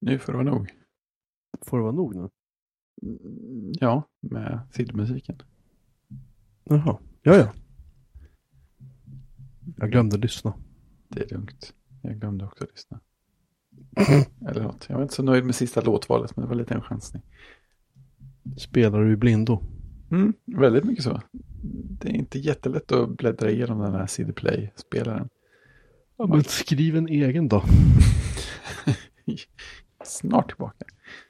Nu får det vara nog. Får det vara nog nu? Ja, med sidmusiken. Jaha, ja. Jag glömde lyssna. Det är lugnt. Jag glömde också lyssna. Eller något. Jag var inte så nöjd med sista låtvalet, men det var lite en chansning. Spelar du i blindo? Väldigt mycket så. Det är inte jättelätt att bläddra igenom den här CD Play-spelaren. Ja, men skriv en egen då. Snart tillbaka.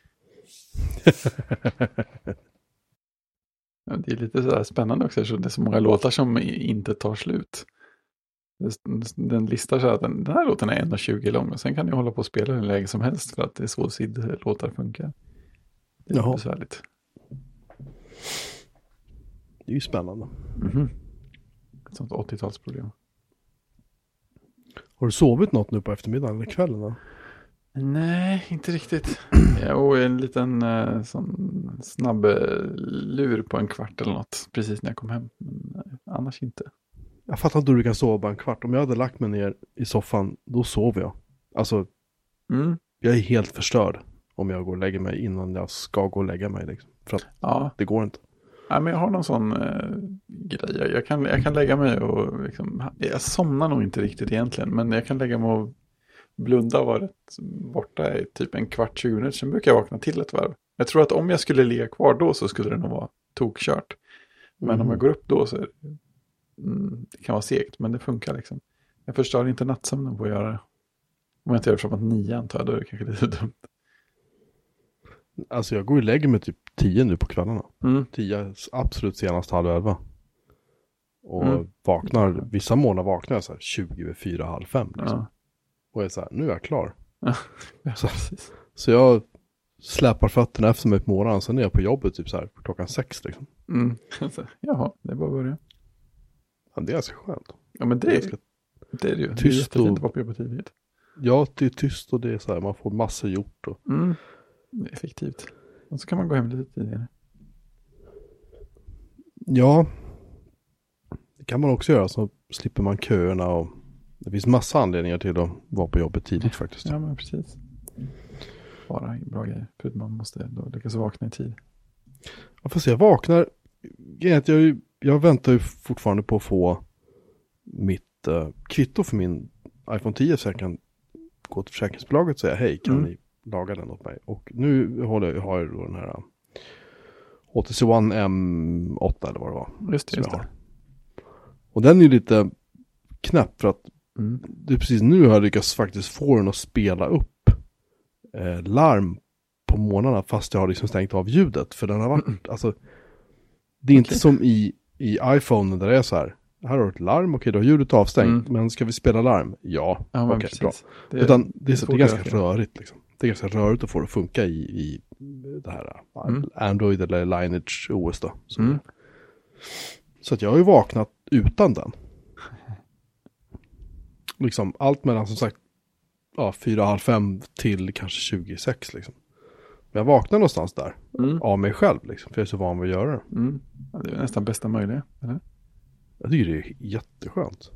Ja, det är lite så här spännande också, så det är så många låtar som inte tar slut. Den listar så att den här låten är 1,20 lång och sen kan jag hålla på och spela hur läge som helst för att det är så sidlåtar funkar. Det är besvärligt. Det är ju spännande. Ett sånt 80-talsproblem. Har du sovit något nu på eftermiddagen eller kvällen då? Nej, inte riktigt. Och en liten sån snabb lur på en kvart eller något precis när jag kom hem. Men annars inte. Jag fattar inte hur du kan sova bara en kvart. Om jag hade lagt mig ner i soffan, då sover jag. Alltså, jag är helt förstörd om jag går och lägger mig innan jag ska gå och lägga mig. Liksom. För att det går inte. Ja, men jag har någon sån grej. Jag kan lägga mig och liksom, jag somnar nog inte riktigt egentligen. Men jag kan lägga mig och blunda och vara rätt borta i typ en kvart, 20 minuter. Sen brukar jag vakna till ett varv. Jag tror att om jag skulle ligga kvar då så skulle det nog vara tokkört. Men om jag går upp då så är det kan vara segt, men det funkar liksom. Jag förstår inte nattsömnen på att göra det. Om jag inte gör det framåt 9 antar jag, då är det kanske lite dumt. Alltså jag går och lägger mig typ 10 nu på kvällarna. 10 absolut senast 10:30. Och vaknar, vissa månader vaknar jag så här 20:04, 4:30 liksom. Ja. Och jag är så här, nu är jag klar. Ja, så jag släpar fötterna efter mig på morgonen, sen är jag på jobbet typ så här 6:00 liksom. Jaha, det är bara att börja. Ja, det är ganska skönt. Ja, men det är det ju. Tyst det är jättefint att vara på jobbet tidigt. Ja, det är tyst och det är så här, man får massor gjort. Och... Det är effektivt. Och så kan man gå hem lite tidigare. Ja, det kan man också göra, så slipper man köerna och det finns massa anledningar till att vara på jobbet tidigt faktiskt. Ja, men precis. Bara bra grejer. För att man måste då lyckas vakna i tid. Ja, fast jag vaknar. Jag väntar ju fortfarande på att få mitt kvitto för min iPhone 10 så jag kan gå till försäkringsbolaget och säga hej, kan ni laga den åt mig? Och nu har jag då den här HTC One M8 eller vad det var. Just det. Och den är ju lite knäpp för att det är precis nu har jag lyckats faktiskt få den att spela upp larm på morgnarna fast jag har liksom stängt av ljudet. För den har varit, alltså det är inte som i iPhone där det är så här har du ett larm, okej, då har ljudet avstängt, men ska vi spela larm? Ja, okej, bra. Utan det är ganska rörigt liksom. Det är ganska rörigt att få det att funka i det här Android eller Lineage OS då. Så att jag har ju vaknat utan den. Liksom allt mellan som sagt 4:30 till kanske 26 liksom. Men jag vaknar någonstans där av mig själv liksom, för jag är så van vid att göra det. Ja, det är nästan bästa möjliga, eller? Jag tycker det är jätteskönt.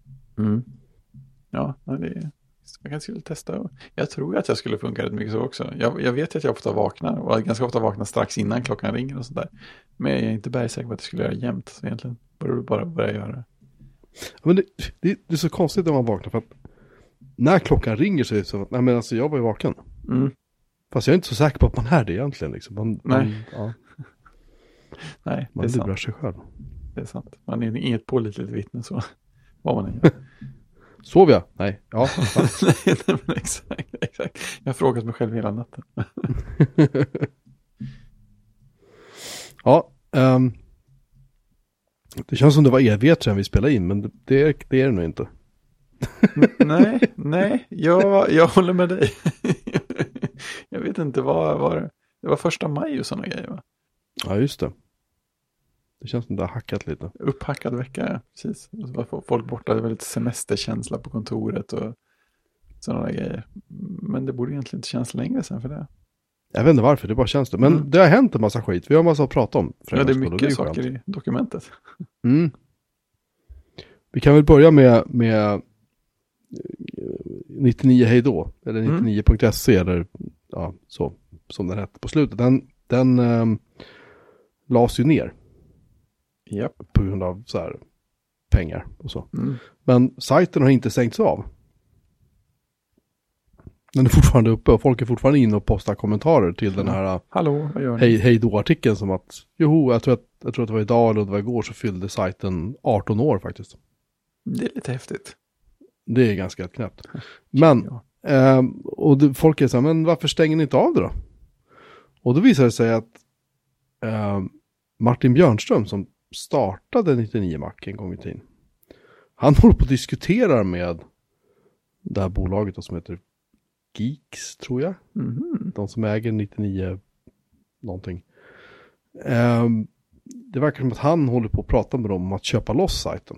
Ja, det är... Jag kanske skulle testa. Jag tror att jag skulle funka rätt mycket så också. Jag vet att jag ofta vaknar och ganska ofta vaknar strax innan klockan ringer och sådär. Men jag är inte bergsäker på att jag skulle göra jämt. Så egentligen borde du bara börja göra det. Men det är så konstigt när man vaknar för att när klockan ringer så är det så att nej, men alltså jag var ju vaken. Fast jag är inte så säker på att man är det egentligen. Liksom. Nej, man lurar sig själv. Det är sant. Man är inget pålitligt vittne så. Vad man är. Sov jag? Nej. Ja. Nej, men exakt. Jag har frågat mig själv hela natten. Ja. Det känns som det var evigt sedan vi spelade in, men det är det nog inte. Nej. Jag håller med dig. Jag vet inte, vad var det? Det var 1 maj och sådana grejer, va? Ja, just det. Det känns som det har hackat lite. Upphackad vecka, ja. Precis. Och så var folk borta, det var lite semesterkänsla på kontoret och sådana grejer. Men det borde egentligen inte kännas längre sen för det. Jag vet inte varför, det bara känns det. Men det har hänt en massa skit. Vi har en massa att prata om. Ja, det är mycket saker i dokumentet. Vi kan väl börja med 99 hejdå. Eller 99.se eller ja, så som den hette på slutet. Den lades ju ner. Japp. På grund av så här pengar och så. Men sajten har inte stängts av. Den är fortfarande uppe och folk är fortfarande inne och postar kommentarer till den här hallå, vad gör ni? hej då-artikeln som att joho, jag tror att det var idag eller det var igår så fyllde sajten 18 år faktiskt. Det är lite häftigt. Det är ganska knäppt. Men, och folk är så här, men varför stänger ni inte av det då? Och då visar det sig att Martin Björnström som startade 99 Mac en gång i tiden. Han håller på att diskutera med det här bolaget då, som heter Geeks, tror jag. De som äger 99 någonting. Det verkar som att han håller på att prata med dem om att köpa loss sajten.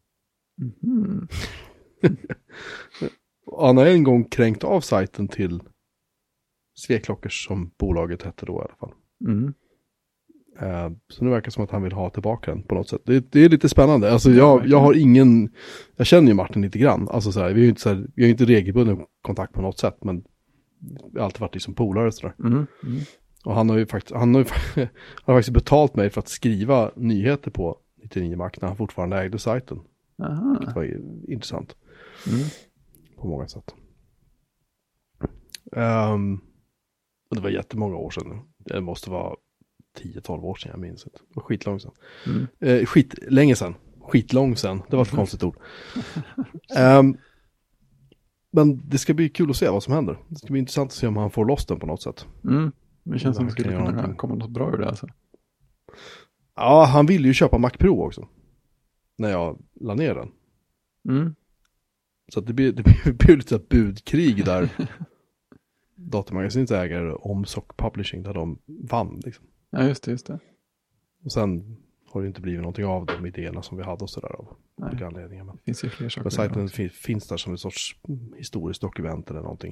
Han har en gång kränkt av sajten till Sveklockers som bolaget hette då i alla fall. Så nu verkar det som att han vill ha tillbaka den på något sätt. Det är lite spännande. Alltså jag har ingen, jag känner ju Martin lite grann. Alltså så här, vi har ju inte regelbunden kontakt på något sätt, men vi har alltid varit liksom polare sådär. Och han har faktiskt betalt mig för att skriva nyheter på 99 Mac när han fortfarande ägde sajten. Det var intressant. På många sätt. Och det var jättemånga år sedan nu. Det måste vara 10-12 år sedan, jag minns inte. Det var skitlång sedan. Länge sedan. Skitlång sedan. Det var ett konstigt ord. Men det ska bli kul att se vad som händer. Det ska bli intressant att se om han får loss den på något sätt. Det känns som att det skulle kunna komma något bra ur det alltså. Ja, han ville ju köpa Mac Pro också. När jag la ner den. Så att det blir lite budkrig där. Datamagasinets ägare Omsoc Publishing där de vann liksom. Ja, just det. Och sen har det inte blivit någonting av de idéerna som vi hade och sådär av olika anledningar. Men det finns ju fler saker. Men sajten finns där som en sorts historiskt dokument eller någonting.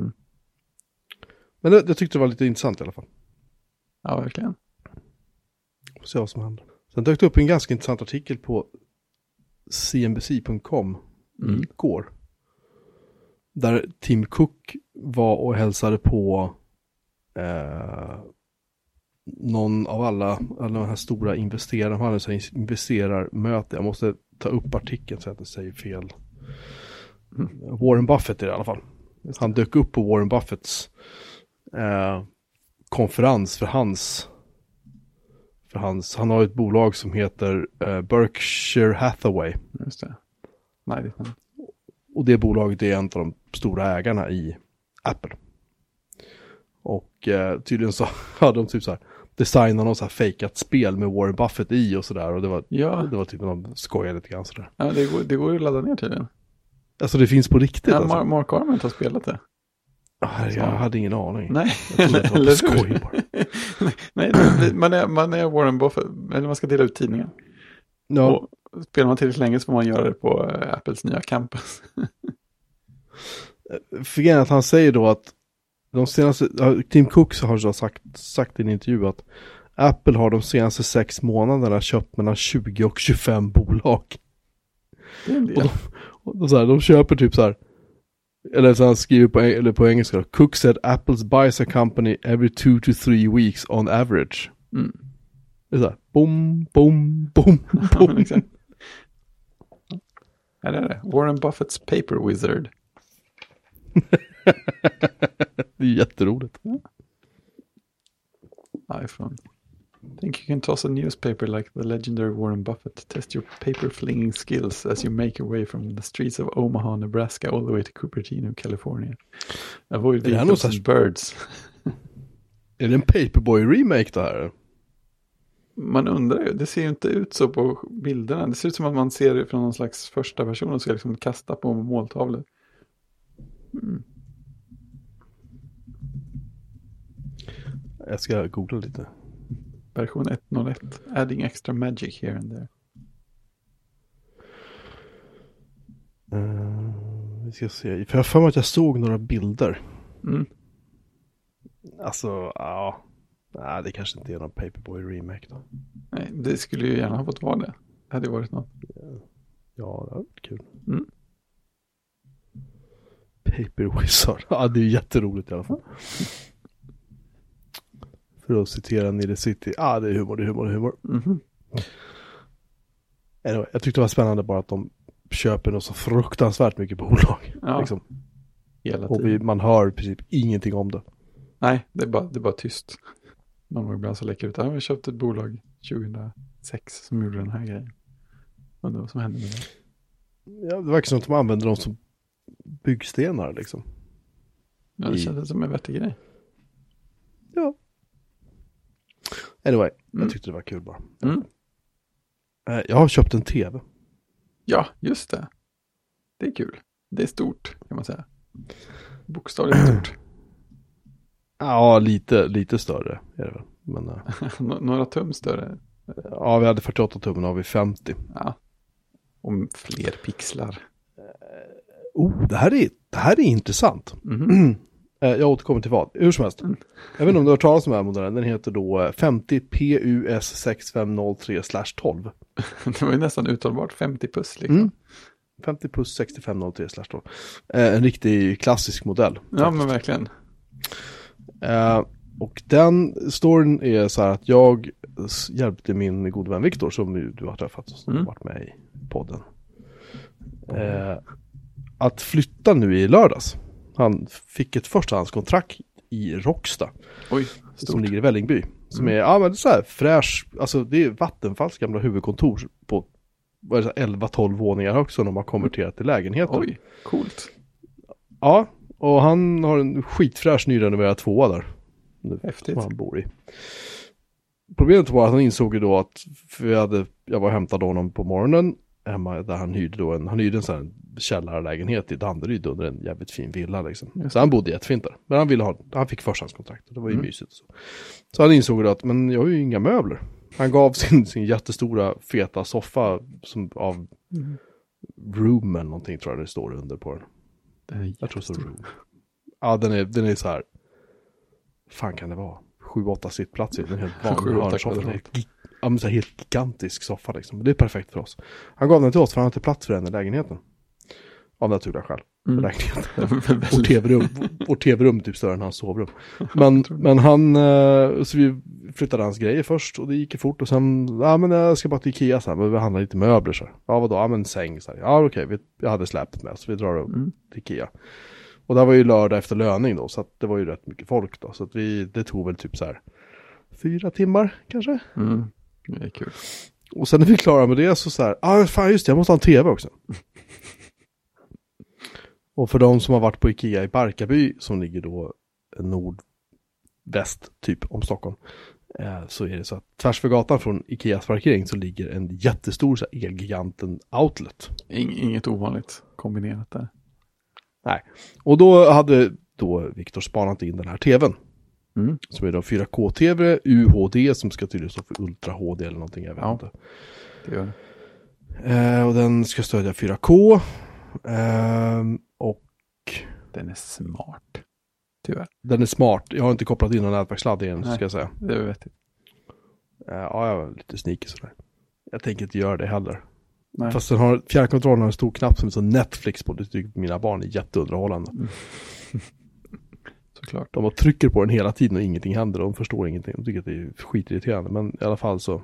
Men jag tyckte det var lite intressant i alla fall. Ja, verkligen. Får se vad som händer. Sen dök det upp en ganska intressant artikel på cnbc.com igår. Där Tim Cook var och hälsade på någon av alla de här stora investerarna. Han hade ett investerarmöte. Jag måste ta upp artikeln så att jag säger fel. Warren Buffett är det i alla fall. Han dök upp på Warren Buffetts konferens för hans han har ett bolag som heter Berkshire Hathaway. Just det. Nej, det är... Och det bolaget är en av de stora ägarna i Apple. Och tydligen så hade de typ så här designat något så här fejkat spel med Warren Buffett i och sådär. Och det var typ de skojade lite grann sådär. Ja, det går ju att ladda ner tydligen. Alltså det finns på riktigt. Ja, alltså. Mark Arment har spelat det. Jag hade ingen aning. Nej. Jag trodde det var på skoj bara. Nej, man är Warren Buffett. Eller man ska dela ut tidningar. Ja. Och spelar man tillräckligt länge så får man göra det på Apples nya campus. För att han säger då att de senaste, Tim Cook har så sagt i en intervju att Apple har de senaste 6 månaderna köpt mellan 20 och 25 bolag. Och de köper typ så här, eller så han skriver på engelska då, Cook said Apple buys a company every 2 to 3 weeks on average. Det är så här, boom. Exakt. Ja, det är det. Warren Buffetts paper wizard. Det är jätteroligt. iPhone. Think you can toss a newspaper like the legendary Warren Buffett. Test your paper flinging skills as you make your way from the streets of Omaha, Nebraska all the way to Cupertino, California. Avoid vehicles and birds. Är det en Paperboy remake det här? Man undrar ju, det ser ju inte ut så på bilderna. Det ser ut som att man ser det från någon slags första person och ska liksom kasta på måltavlor. Jag ska googla lite. Version 1.01. Adding extra magic here and there. Vi ska se. För jag har för mig att jag såg några bilder. Alltså, ja. Nej, det kanske inte är någon Paperboy remake då. Nej, det skulle ju gärna ha fått vara det. Det hade varit något. Ja, det hade varit kul. Paper Wizard. Ja, det är jätteroligt i alla fall. För att citera Nile City. Det är humor. Mhm. Anyway, jag tyckte det var spännande bara att de köper något så fruktansvärt mycket bolag. Ja, Liksom. hela Och tiden. man hör i princip ingenting om det. Nej, det är bara tyst. Någon gång ibland så läcker ut. Jag köpte ett bolag 2006 som gjorde den här grejen. Undrar vad som hände med det. Ja, det verkar som att de använder dem som byggstenar liksom. Ja, det kändes som en vettig grej. Ja. Anyway, jag tyckte det var kul bara. Mm. Jag har köpt en tv. Ja, just det. Det är kul. Det är stort, kan man säga. Bokstavligt stort. Ja, lite större är det väl. Men, Några tum större. ja, vi hade 48 tum, nu har vi 50. Ja. Om fler pixlar. Det här är intressant. Mhm. Jag återkommer till vad. Hur som helst. Jag vet inte om du har talat om den här modellen. Den heter då 50 PUS6503/12. Det var ju nästan uttalbart 50 puss liksom. 50 plus 6503/12. En riktig klassisk modell. Ja, men verkligen. Och den storyn är så här att jag hjälpte min gode vän Viktor som du har träffat och som har varit med i podden. Att flytta nu i lördags. Han fick ett förstahandskontrakt i Råcksta. Oj, som stort. ligger i Vällingby. Som är, men det är så här fräsch, alltså det är Vattenfalls gamla huvudkontor på 11-12 våningar högt som de har konverterat till lägenheter. Oj, coolt. Ja, och han har en skitfräsch nyrenoverad tvåa där. Häftigt. Som han bor i. Problemet var att han insåg ju då att jag var och hämtade honom på morgonen hemma där han hyrde en sån här källarlägenhet i Danderyd under en jävligt fin villa liksom. Så han bodde jättefint där. Men han fick förstahandskontrakt och det var ju mysigt. Så han insåg då att men jag har ju inga möbler. Han gav sin jättestora feta soffa av Room eller någonting tror jag det står under på den. Jag tror så Room. Ja, den är så här. Fan kan det vara? 7-8 sittplatser. Den är helt vanlig hörnsoffa. Ja, men så här helt gigantisk soffa liksom. Det är perfekt för oss. Han gav den till oss för han hade plats för den i lägenheten. Av naturliga skäl. Vår tv-rum typ större än hans sovrum. Men han, så vi flyttade hans grejer först och det gick fort och sen, men jag ska bara till Ikea så här, men vi handlar lite möbler så här. Ja vadå, ja men säng så här. Ja okej, jag hade släppt med så vi drar till Ikea. Och det var ju lördag efter löning då så att det var ju rätt mycket folk då så att det tog väl typ så här 4 timmar kanske. Det är kul. Och sen när vi klarade med det så här, fan just det, jag måste ha en tv också. Och för de som har varit på Ikea i Barkarby som ligger då nordväst typ om Stockholm så är det så att tvärs för gatan från Ikeas parkering så ligger en jättestor så här, Elgiganten Outlet. Inget ovanligt kombinerat där. Nej. Och då hade Viktor spanat in den här tvn. Som är då 4K-tv, UHD som ska tydligen stå för Ultra HD eller någonting, jag vet inte. Det gör det. Och den ska stödja 4K. Och den är smart. Tyvärr. Den är smart. Jag har inte kopplat in någon nätverkssladd igen, ska jag säga. Det är vettigt. Ja, jag var lite sneaky sådär. Jag tänker inte göra det heller. Nej. Fast fjärrkontrollen har en stor knapp som är så Netflix på. Det tycker mina barn är jätteunderhållande. Såklart. De trycker på den hela tiden och ingenting händer. De förstår ingenting. De tycker att det är skitirriterande. Men i alla fall så.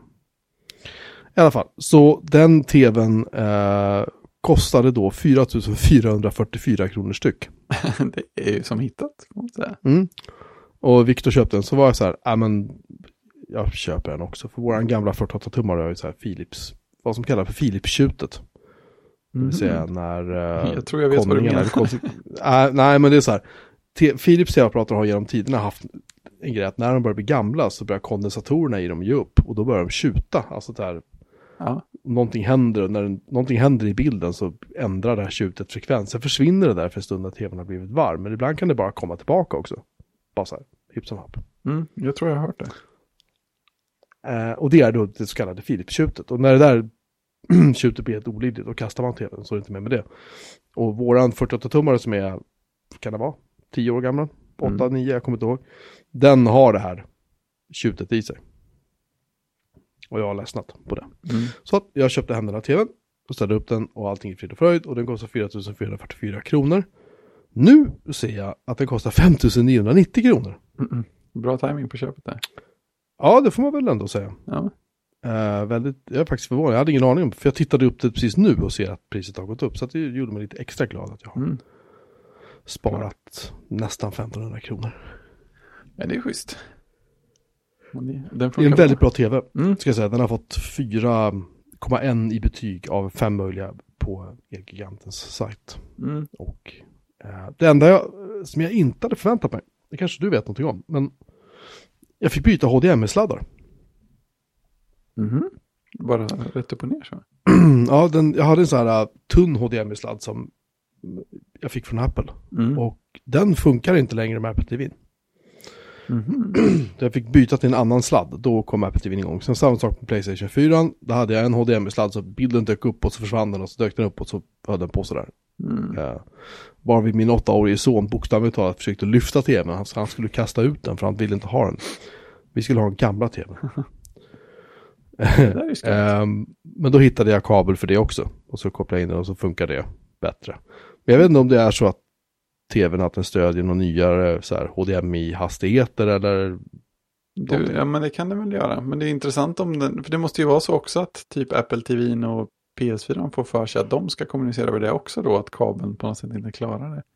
Så den tvn kostade då 4,444 kronor styck. Det är ju som hittat, kan man säga. Och Viktor köpte den så var jag så här, men jag köper den också. För våran gamla 48-tummare har ju så här Philips, vad som kallas för Philips-tjutet. Det vill säga när jag tror jag vet vad du menar. Nej, men det är så här. Philips tv-apparater har genom tiderna haft en grej att när de börjar bli gamla så börjar kondensatorerna i dem ge upp och då börjar de tjuta. Alltså där någonting händer och när någonting händer i bilden så ändrar det här tjutet frekvens. Sen försvinner det där för en stund att tvn har blivit varm. Men ibland kan det bara komma tillbaka också. Bara så här, hipp som happ. Jag tror jag har hört det. Och det är då det så kallade Philips-tjutet. Och när det där tjutet blir helt olidligt då kastar man tvn så är det inte med det. Och våran 48-tummare som är, kan det vara, 10 år gamla, 8, 9, jag kommer inte ihåg. Den har det här tjutet i sig. Och jag har ledsnat på det. Så att jag köpte hem den här tvn och ställde upp den och allting i frid och fröjd. Och den kostar 4,444 kronor. Nu ser jag att den kostar 5,990 kronor. Bra timing på köpet där. Ja, det får man väl ändå säga. Ja. Jag är faktiskt förvånad. Jag hade ingen aning om, för jag tittade upp det precis nu och ser att priset har gått upp. Så att det gjorde mig lite extra glad att jag har sparat nästan 1500 kronor. Ja, det är schysst. Det är en väldigt bra tv, ska jag säga. Den har fått 4,1 i betyg av 5 möjliga på Elgigantens sajt. Och det enda som jag inte hade förväntat mig, det kanske du vet någonting om, men jag fick byta HDMI-sladdar. Bara rätt upp och ner så? Ja, jag hade en sån här tunn HDMI-sladd som jag fick från Apple. Och den funkar inte längre med Apple TV. Jag fick byta till en annan sladd. Då kom Apple TV igång. Sen samma sak på PlayStation 4. Då hade jag en HDMI-sladd så bilden dök upp och så försvann den och så dök den upp och så höll den på sådär. Bara vid min 8-årige son bokstavligt talat försökte lyfta tvn. Han skulle kasta ut den för han ville inte ha den. Vi skulle ha en gamla tv. Men då hittade jag kabel för det också. Och så kopplade jag in den och så funkar det bättre. Men jag vet inte om det är så att tvn att den stödjer någon nyare så här HDMI-hastigheter eller... Ja, men det kan den väl göra. Men det är intressant om den... För det måste ju vara så också att typ Apple TV och PS4 får för sig att de ska kommunicera över det också då. Att kabeln på något sätt inte klarar det.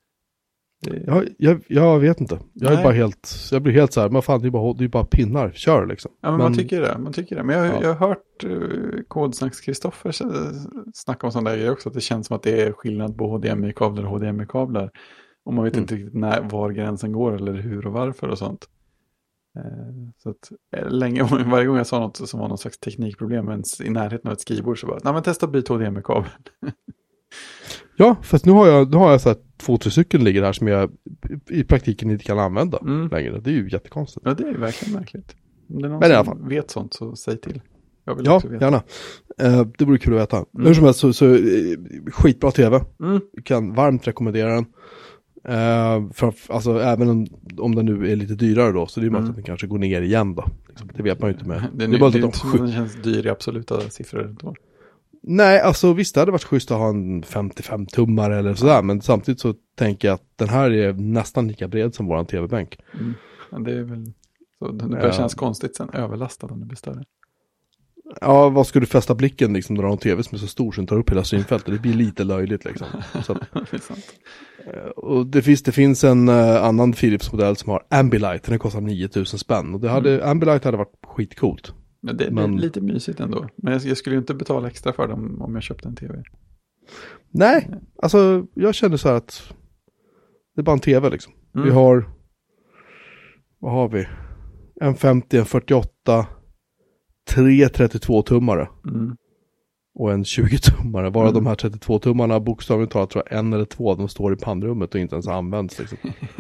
Jag vet inte. Jag blir helt så här, men fan det är bara pinnar, kör liksom. Ja, men man tycker det. Men jag har hört Kodsnacks Kristoffer snacka om sådana där grejer också, att det känns som att det är skillnad på HDMI-kablar och HDMI-kablar. Och man vet inte riktigt var gränsen går eller hur och varför och sånt. Så att varje gång jag sa något som var någon slags teknikproblem i närheten av ett skrivbord så bara, nej men testa att byta HDMI-kabel. Ja, fast nu har jag så här 2-3 stycken ligger här som jag i praktiken inte kan använda längre. Det är ju jättekonstigt. Ja, det är verkligen märkligt. Om det är någon men som vet sånt så säg till. Jag vill också veta. Gärna. Det vore kul att veta. Hur som helst så skitbra tv. Kan varmt rekommendera den. Alltså även om den nu är lite dyrare då, så det är möjligt att den kanske går ner igen då. Det vet man ju inte med. Det är bara att den känns dyr i absoluta siffror då. Nej, alltså visst det hade varit schysst att ha en 55-tummare eller sådär, men samtidigt så tänker jag att den här är nästan lika bred som våran tv-bänk. Ja, det är väl så, det börjar kännas konstigt sen överlastad om det blir större. Ja, vad ska du fästa blicken liksom när du har en tv som är så stor som tar upp hela synfältet? Det blir lite löjligt liksom. Så att, det är sant. Och det finns en annan Philips-modell som har Ambilight, den kostar 9000 spänn. Och Ambilight hade varit skitcoolt. Men det är lite mysigt ändå. Men jag skulle ju inte betala extra för dem om jag köpte en tv. Nej, alltså jag känner så här att det är bara en tv liksom. Vi har, vad har vi? En 50, en 48, 3 32-tummare och en 20-tummare. Bara de här 32-tummarna bokstavligt talat tror jag 1 eller 2 de står i pannrummet och inte ens används liksom.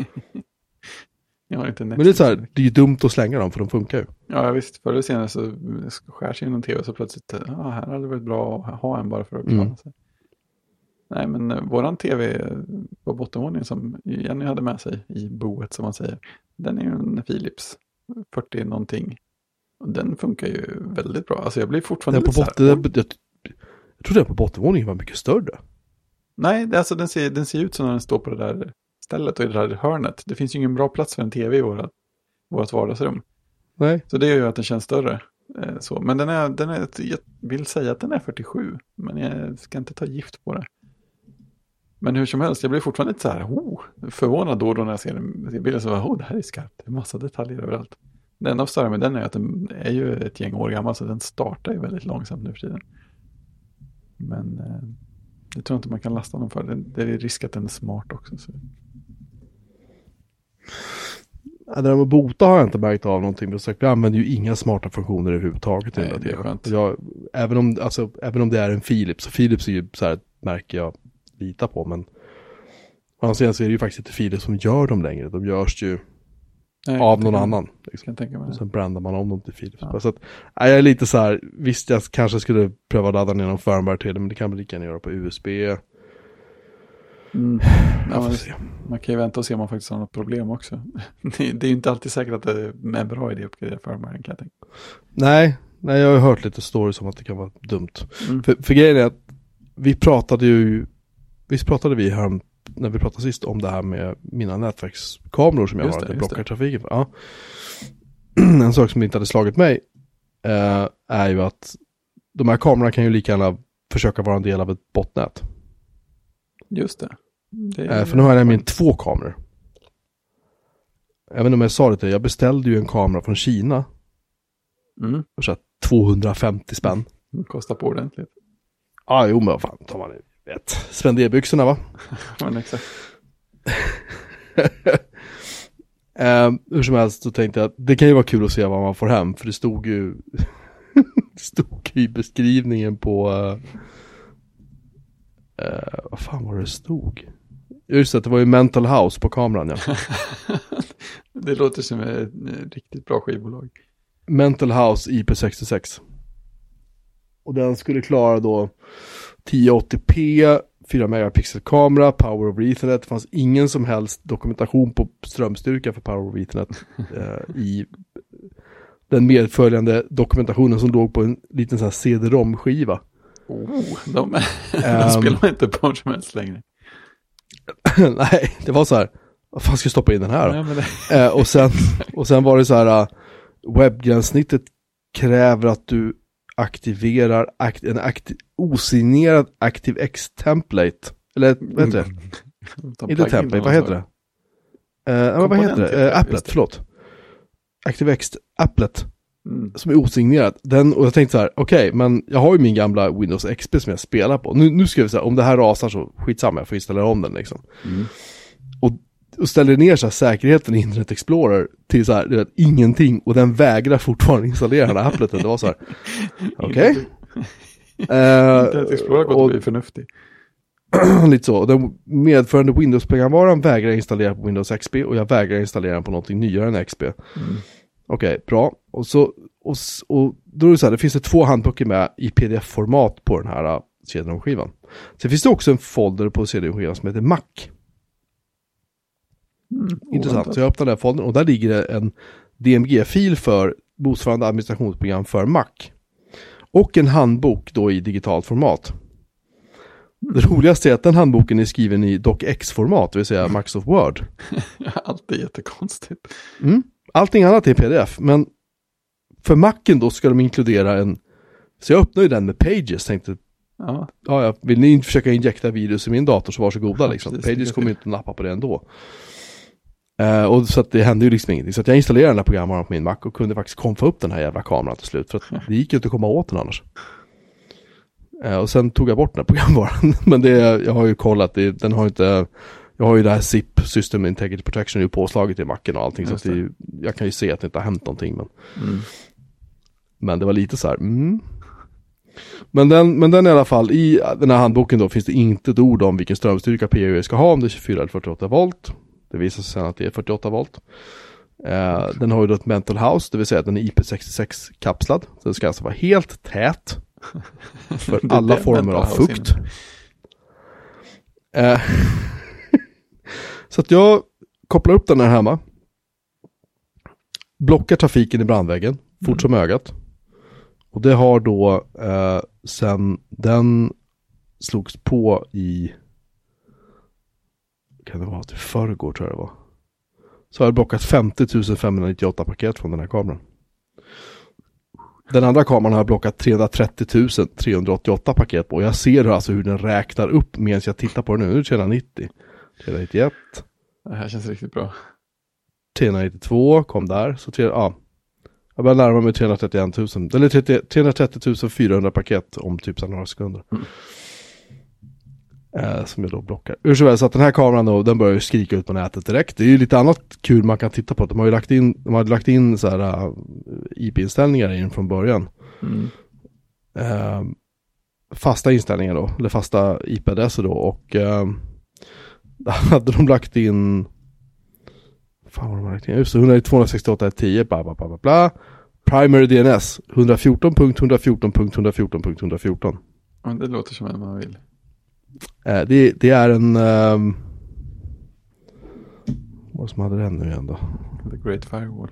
Men det är så här, det är ju dumt att slänga dem för de funkar ju. Ja visst, förr eller senare så skär sig någon tv så plötsligt, här hade det varit bra att ha en bara för att klara sig. Nej men våran tv på bottenvåningen som Jenny hade med sig i boet som man säger, den är ju en Philips 40 någonting. Och den funkar ju väldigt bra. Alltså jag blir fortfarande lite så här, jag tror den på bottenvåningen var mycket större. Nej, alltså den ser ut som när den står på det där stället och i det där hörnet. Det finns ju ingen bra plats för en tv i vårt vardagsrum. Nej. Så det gör ju att den känns större. Så. Men den är, jag vill säga att den är 47. Men jag ska inte ta gift på det. Men hur som helst, jag blir fortfarande lite så här förvånad då när jag ser bilden. Så det här är skarpt. Det är massa detaljer överallt. Det enda större med den är att den är ju ett gäng år gammal. Så den startar ju väldigt långsamt nu för tiden. Men jag tror inte man kan lasta den för. Det är risk att den är smart också. Så. Det där med bota har jag inte märkt av någonting. Jag använder ju inga smarta funktioner överhuvudtaget. Nej, det är skönt. Även om det är en Philips. Så Philips är ju så här ett märke jag litar på. Men annars så är det ju faktiskt inte Philips som gör dem längre. De görs ju av någon annan. Liksom. Och sen brandar man om dem till Philips. Ja. Så att, jag är lite så här, visst jag kanske skulle pröva ladda ner någon firmware till det. Men det kan man lika gärna göra på USB. Man kan ju vänta och se om man faktiskt har något problem också. Det är ju inte alltid säkert att det är en bra idé att uppgradera firmwaren, kan jag tänka. Nej, jag har hört lite stories om att det kan vara dumt. För grejen är att vi pratade här när vi pratade sist om det här med mina nätverkskameror som jag har att blocka trafiken. Ja. en sak som inte hade slagit mig är ju att de här kamerorna kan ju lika gärna försöka vara en del av ett botnät. Just det. För nu har jag nämligen 2 kameror. Även om jag sa det till, jag beställde ju en kamera från Kina. För så 250 spänn. Kostar på ordentligt. Ja, jo men vad fan, tar man vet. Spenderbyxorna va? Men exakt. Hur som helst så tänkte jag att det kan ju vara kul att se vad man får hem. För det stod ju det stod i beskrivningen på vad fan var det stod? Just det var ju Mental House på kameran, ja. Det låter som ett riktigt bra skivbolag. Mental House IP66. Och den skulle klara då 1080p, 4 megapixel kamera, Power over Ethernet. Det fanns ingen som helst dokumentation på strömstyrka för Power over Ethernet i den medföljande dokumentationen som låg på en liten sån här CD-ROM-skiva. De spelar man inte på som helst längre. Nej, det var så här. Vad fan ska jag stoppa in den här då? Ja, och sen var det så här, webbgränssnittet kräver att du aktiverar en osignerad ActiveX-template. Eller vad heter det? Inte template, vad heter det? Vad heter det? Applet, förlåt. ActiveX-applet som är osignerad. Och jag tänkte så här, okej, men jag har ju min gamla Windows XP som jag spelar på. Nu ska vi säga, om det här rasar så skitsamma, jag får installera om den liksom. Och ställer ner så här säkerheten i Internet Explorer till så här, det är ingenting, och den vägrar fortfarande installera den här appleten. Det var så här, okej. Internet Explorer har gått att bli förnuftig. Lite så. Och den medförande Windows-programvaran vägrar installera på Windows XP, och jag vägrar installera den på någonting nyare än XP. Okej, bra. Och då är det så här, det finns 2 handböcker med i PDF-format på den här CD-ROM-skivan. Sen finns det också en folder på CD-ROM-skivan som heter Mac. Intressant. Så jag öppnar den foldern och där ligger det en DMG-fil för motsvarande administrationsprogram för Mac. Och en handbok då i digitalt format. Det roligaste är att den handboken är skriven i DocX-format, det vill säga Microsoft Word. Allt är jättekonstigt. Allting annat är PDF, men för Macen då ska de inkludera en... Så jag öppnade ju den med Pages, tänkte vill ni försöka injekta virus i min dator så varsågoda liksom. Precis, Pages kommer inte nappa på det ändå. Och så att det hände ju liksom ingenting. Så att jag installerade den här programvaran på min Mac och kunde faktiskt komma upp den här jävla kameran till slut. För att det gick ju inte att komma åt den annars. Och sen tog jag bort den här programvaran. Men jag har ju kollat, den har inte... Jag har ju det här ZIP, System Integrity Protection, ju påslaget i Macen och allting. Så att jag kan ju se att det inte har hänt någonting. Men det var lite så här... Men den i alla fall, i den här handboken då finns det inte ett ord om vilken strömstyrka PoE ska ha, om det är 24 eller 48 volt. Det visar sig sen att det är 48 volt. Den har ju då ett Mental House, det vill säga att den är IP66 kapslad. Så den ska alltså vara helt tät för alla former av fukt. Så att jag kopplar upp den här hemma. Blockar trafiken i brandväggen, fort som ögat. Och det har då sen den slogs på i, kan det vara till förrgår tror jag det var. Så har jag blockat 50 598 paket från den här kameran. Den andra kameran har jag blockat 330 388 paket på. Och jag ser alltså hur den räknar upp medan jag tittar på den nu. Nu är det 390. 391. Det här känns riktigt bra. 392 kom där. Så jag börjar närma mig 331 000. Eller 330 400 paket om typ några sekunder. Som jag då blockar. Så att den här kameran då, den börjar ju skrika ut på nätet direkt. Det är ju lite annat kul man kan titta på. De har lagt in så här IP-inställningar in från början. Fasta inställningar då. Eller fasta IP-adresser då. Och hade de lagt in... Fan vad de har lagt in. Just det, 268.10 bla bla bla bla. Primary DNS 114.114.114.114. Ja, det låter som en man vill. Det är en... vad som hade den nu igen då? The Great Firewall.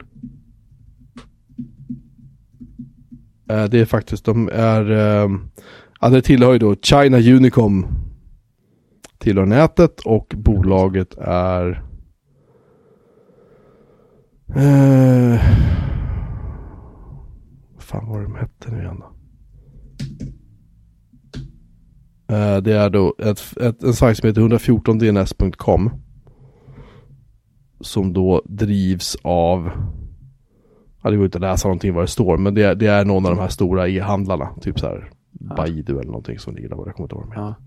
Det är faktiskt, det tillhör ju då China Unicom tillhör nätet och bolaget är fan var de hette nu igen då? Det är då en sajt som heter 114dns.com som då drivs av, det går inte att läsa någonting vad det står, men det är någon av de här stora e-handlarna, typ så här Baidu eller någonting som ligger där, jag kommer inte ihåg vad de heter.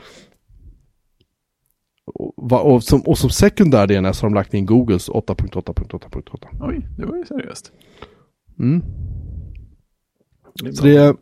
Och som sekundär DNS har de lagt in Googles 8.8.8.8. Oj, det var ju seriöst. Så det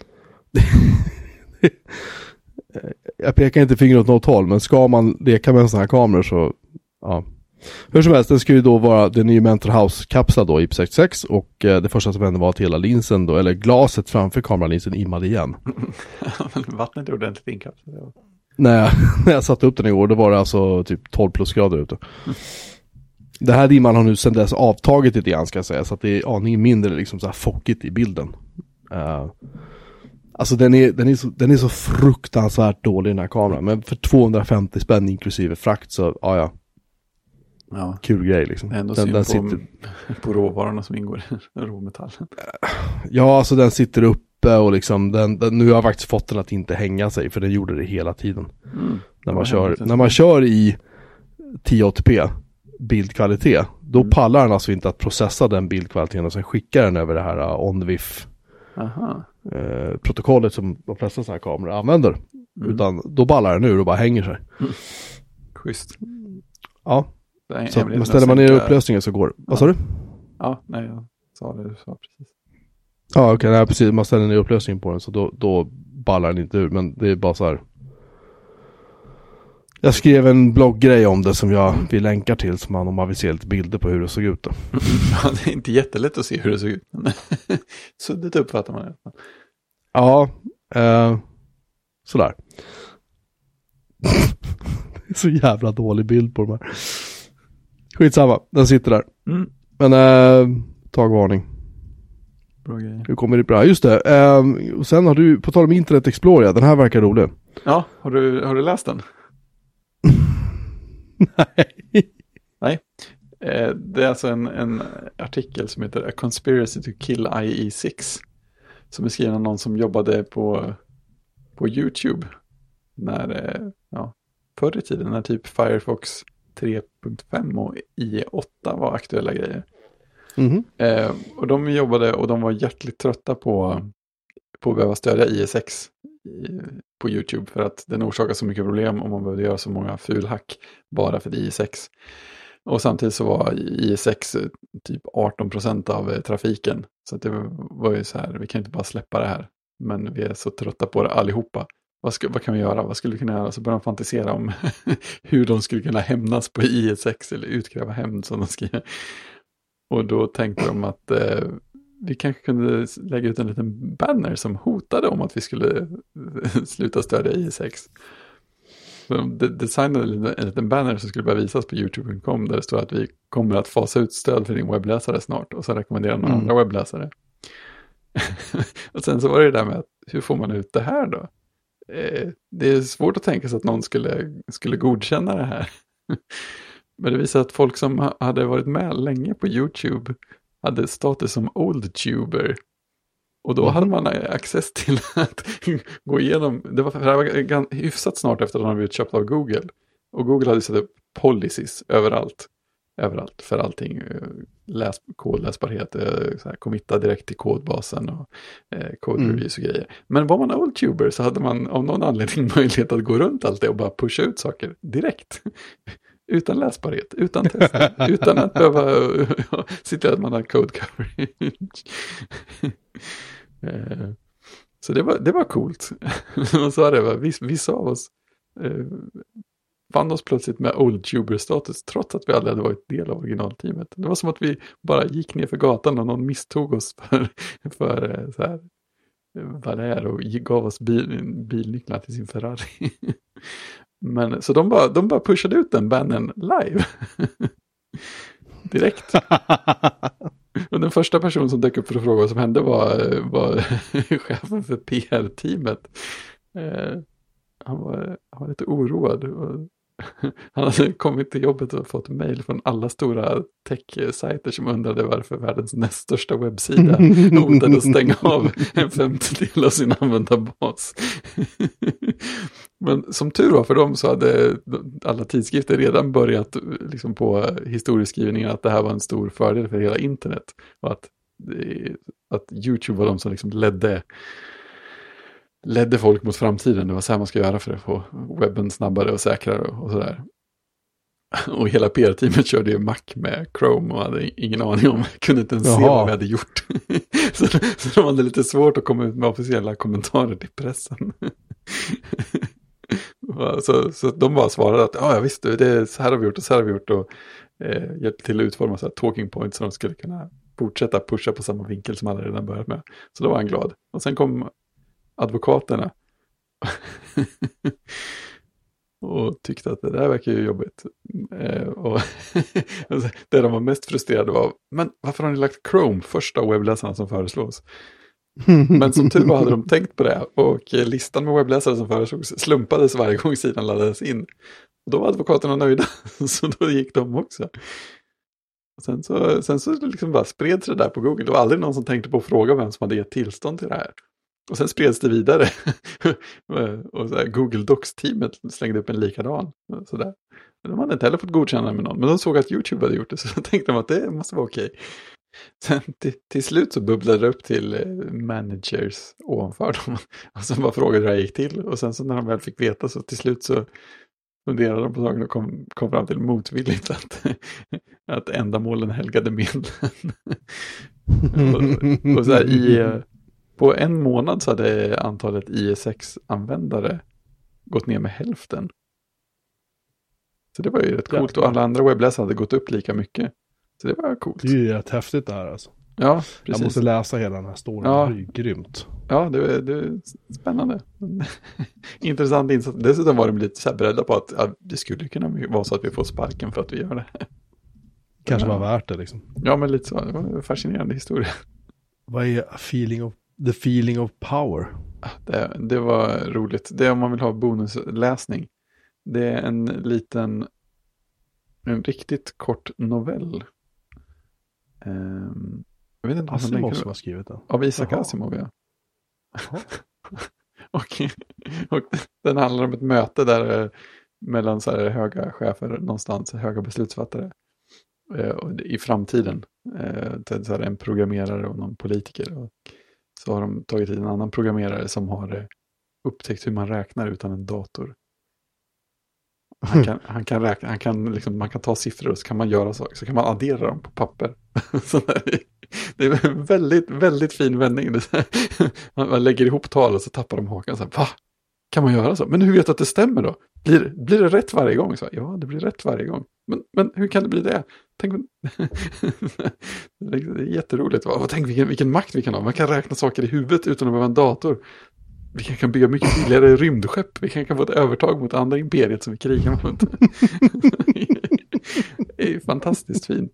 jag pekar inte fingret åt något håll, men ska man leka med en sån här kamera så ja. Hur som helst, det ska ju då vara den nya Mental House-kapslar då, IP66, och det första som hände var att hela linsen då, eller glaset framför kameralinsen immade igen. Vattnet är ordentligt inkapslat. När jag satte upp den igår, då var det alltså typ 12 plusgrader ute. Det här dimman har nu sedan dess avtagit lite grann, ska jag säga, så att det är aningen mindre liksom så här fockigt i bilden. Alltså den är så fruktansvärt dålig, den här kameran, men för 250 spänn inklusive frakt så ja. Kul grej liksom. Den sitter på råvarorna som ingår i råmetallen. Ja, alltså den sitter uppe och liksom nu har jag faktiskt fått den att inte hänga sig, för den gjorde det hela tiden. När man kör i 1080p bildkvalitet, då pallar den alltså inte att processa den bildkvaliteten och sen skickar den över det här OnVIF protokollet som de flesta sådana här kameror använder. Utan då ballar den ur och bara hänger sig. Schysst. Ja. Så man ställer man ner upplösningen så går det. Vad sa du? Ja, nej, jag sa det du sa precis. Ja, okej, nej, precis. Man ställer ner upplösningen på den så då ballar den inte ur. Men det är bara så här. Jag skrev en blogggrej om det som jag vill länka till, som om man vill se lite bilder på hur det såg ut då. Ja, det är inte jättelätt att se hur det såg ut. Suddigt uppfattar man det. Ja, sådär. Det är så jävla dålig bild på de här. Skitsamma, den sitter där. Men tagvarning. Bra grej. Hur kommer det bra? Just det. Och sen har du, på tal om Internet Explorer, den här verkar rolig. Ja, har du läst den? Nej. Det är alltså en artikel som heter A Conspiracy to Kill IE6. Som är skriven av någon som jobbade på YouTube. När, förr i tiden när typ Firefox 3.5 och IE8 var aktuella grejer. Och de jobbade och de var hjärtligt trötta på att behöva stödja IE6 på YouTube, för att den orsakar så mycket problem om man behövde göra så många fulhack bara för IE6. Och samtidigt så var IE6 typ 18% av trafiken. Så att det var ju så här, vi kan inte bara släppa det här. Men vi är så trötta på det allihopa. Vad kan vi göra? Vad skulle vi kunna göra? Så började de fantisera om hur de skulle kunna hämnas på IE6 eller utkräva hämnd, som de skriver. Och då tänkte de att vi kanske kunde lägga ut en liten banner som hotade om att vi skulle sluta stödja IE6. Så de designade en liten banner som skulle börja visas på youtube.com, där det står att vi kommer att fasa ut stöd för din webbläsare snart, och så rekommenderar några andra webbläsare. Och sen så var det där med att hur får man ut det här då? Det är svårt att tänka sig att någon skulle godkänna det här. Men det visar att folk som hade varit med länge på YouTube hade status som oldtuber. Och då hade man access till att gå igenom. Det var hyfsat snart efter att de hade blivit köpt av Google. Och Google hade satt upp policies överallt för allting. Kodläsbarhet, committa direkt till kodbasen och code reviews och grejer. Men var man oldtuber så hade man av någon anledning möjlighet att gå runt allt det och bara pusha ut saker direkt. Utan läsbarhet, utan tester, utan att behöva se till att man har code coverage. Så det var coolt. Och så det var vissa av oss fann oss plötsligt med oldtuber-status trots att vi aldrig hade varit del av originalteamet. Det var som att vi bara gick ner för gatan och någon misstog oss för så här, vad det är, och gav oss bilnycklar till sin Ferrari. Men så de bara pushade ut den bannern live. Direkt. Och den första personen som dök upp för att fråga vad som hände var chefen för PR-teamet. Han var lite oroad. Han hade kommit till jobbet och fått mejl från alla stora tech-sajter som undrade varför världens näst största webbsida hotade att stänga av en femtedel av sin användarbas. Men som tur var för dem så hade alla tidskrifter redan börjat liksom på historieskrivningen att det här var en stor fördel för hela internet. Och att YouTube var de som liksom ledde folk mot framtiden. Det var så här man ska göra för att få webben snabbare och säkrare och sådär. Och hela PR-teamet körde ju Mac med Chrome och hade ingen aning om, kunde inte ens se vad vi hade gjort. så de hade lite svårt att komma ut med officiella kommentarer till pressen. så de bara svarade att ja visst, det är så här har vi gjort och så här har vi gjort och hjälpte till att utforma så här talking points så de skulle kunna fortsätta pusha på samma vinkel som alla redan börjat med. Så då var han glad. Och sen kom advokaterna och tyckte att det där verkar ju jobbigt. Och det de var mest frustrerade var, men varför har ni lagt Chrome första webbläsarna som föreslås? Men som tur var hade de tänkt på det och listan med webbläsare som föreslogs slumpades varje gång sidan laddades in. Och då var advokaterna nöjda, så då gick de också. Och sen så liksom bara spreds det där på Google. Det var aldrig någon som tänkte på att fråga vem som hade gett tillstånd till det här. Och sen spreds det vidare. Och så här, Google Docs-teamet slängde upp en likadan. Så där. De hade inte heller fått godkänna med någon. Men de såg att YouTube hade gjort det. Så de tänkte de att det måste vara okej. Sen till slut så bubblade det upp till managers ovanför dem. Och sen bara frågade hur det gick till. Och sen så när de väl fick veta så till slut så funderade de på saken och kom fram till motvilligt att ändamålen helgade medlen. och så här, på en månad så hade antalet IE6-användare gått ner med hälften. Så det var ju rätt coolt. Och alla andra webbläsare hade gått upp lika mycket. Så det var coolt. Det är ju rätt häftigt det här alltså. Ja, precis. Jag måste läsa hela den här storyn. Ja. Det är ju grymt. Ja, det är spännande. Intressant insats. Dessutom var de lite så här beredda på att det skulle kunna vara så att vi får sparken för att vi gör det. Kanske var värt det liksom. Ja, men lite så. Det var en fascinerande historia. Vad är the feeling of power? Det var roligt. Det är om man vill ha bonusläsning. Det är en riktigt kort novell. Jag vet inte Asimov som har skrivit den. Av Isaac Asimov, ja. och den handlar om ett möte där mellan så här höga chefer någonstans, höga beslutsfattare i framtiden. Så här en programmerare och någon politiker. Och så har de tagit in en annan programmerare som har upptäckt hur man räknar utan en dator. Han kan räkna, man kan ta siffror och så kan man göra saker, så kan man addera dem på papper. Det är en väldigt, väldigt fin vändning. Man lägger ihop tal och så tappar de hakan. Så här, va? Kan man göra så? Men hur vet du att det stämmer då? Blir det rätt varje gång? Så, ja, det blir rätt varje gång. Men hur kan det bli det? Det är jätteroligt. Tänk vilken makt vi kan ha. Man kan räkna saker i huvudet utan att behöva en dator. Vi kan bygga mycket billigare rymdskepp. Vi kan få ett övertag mot andra imperiet som vi krigar mot. Det är fantastiskt fint.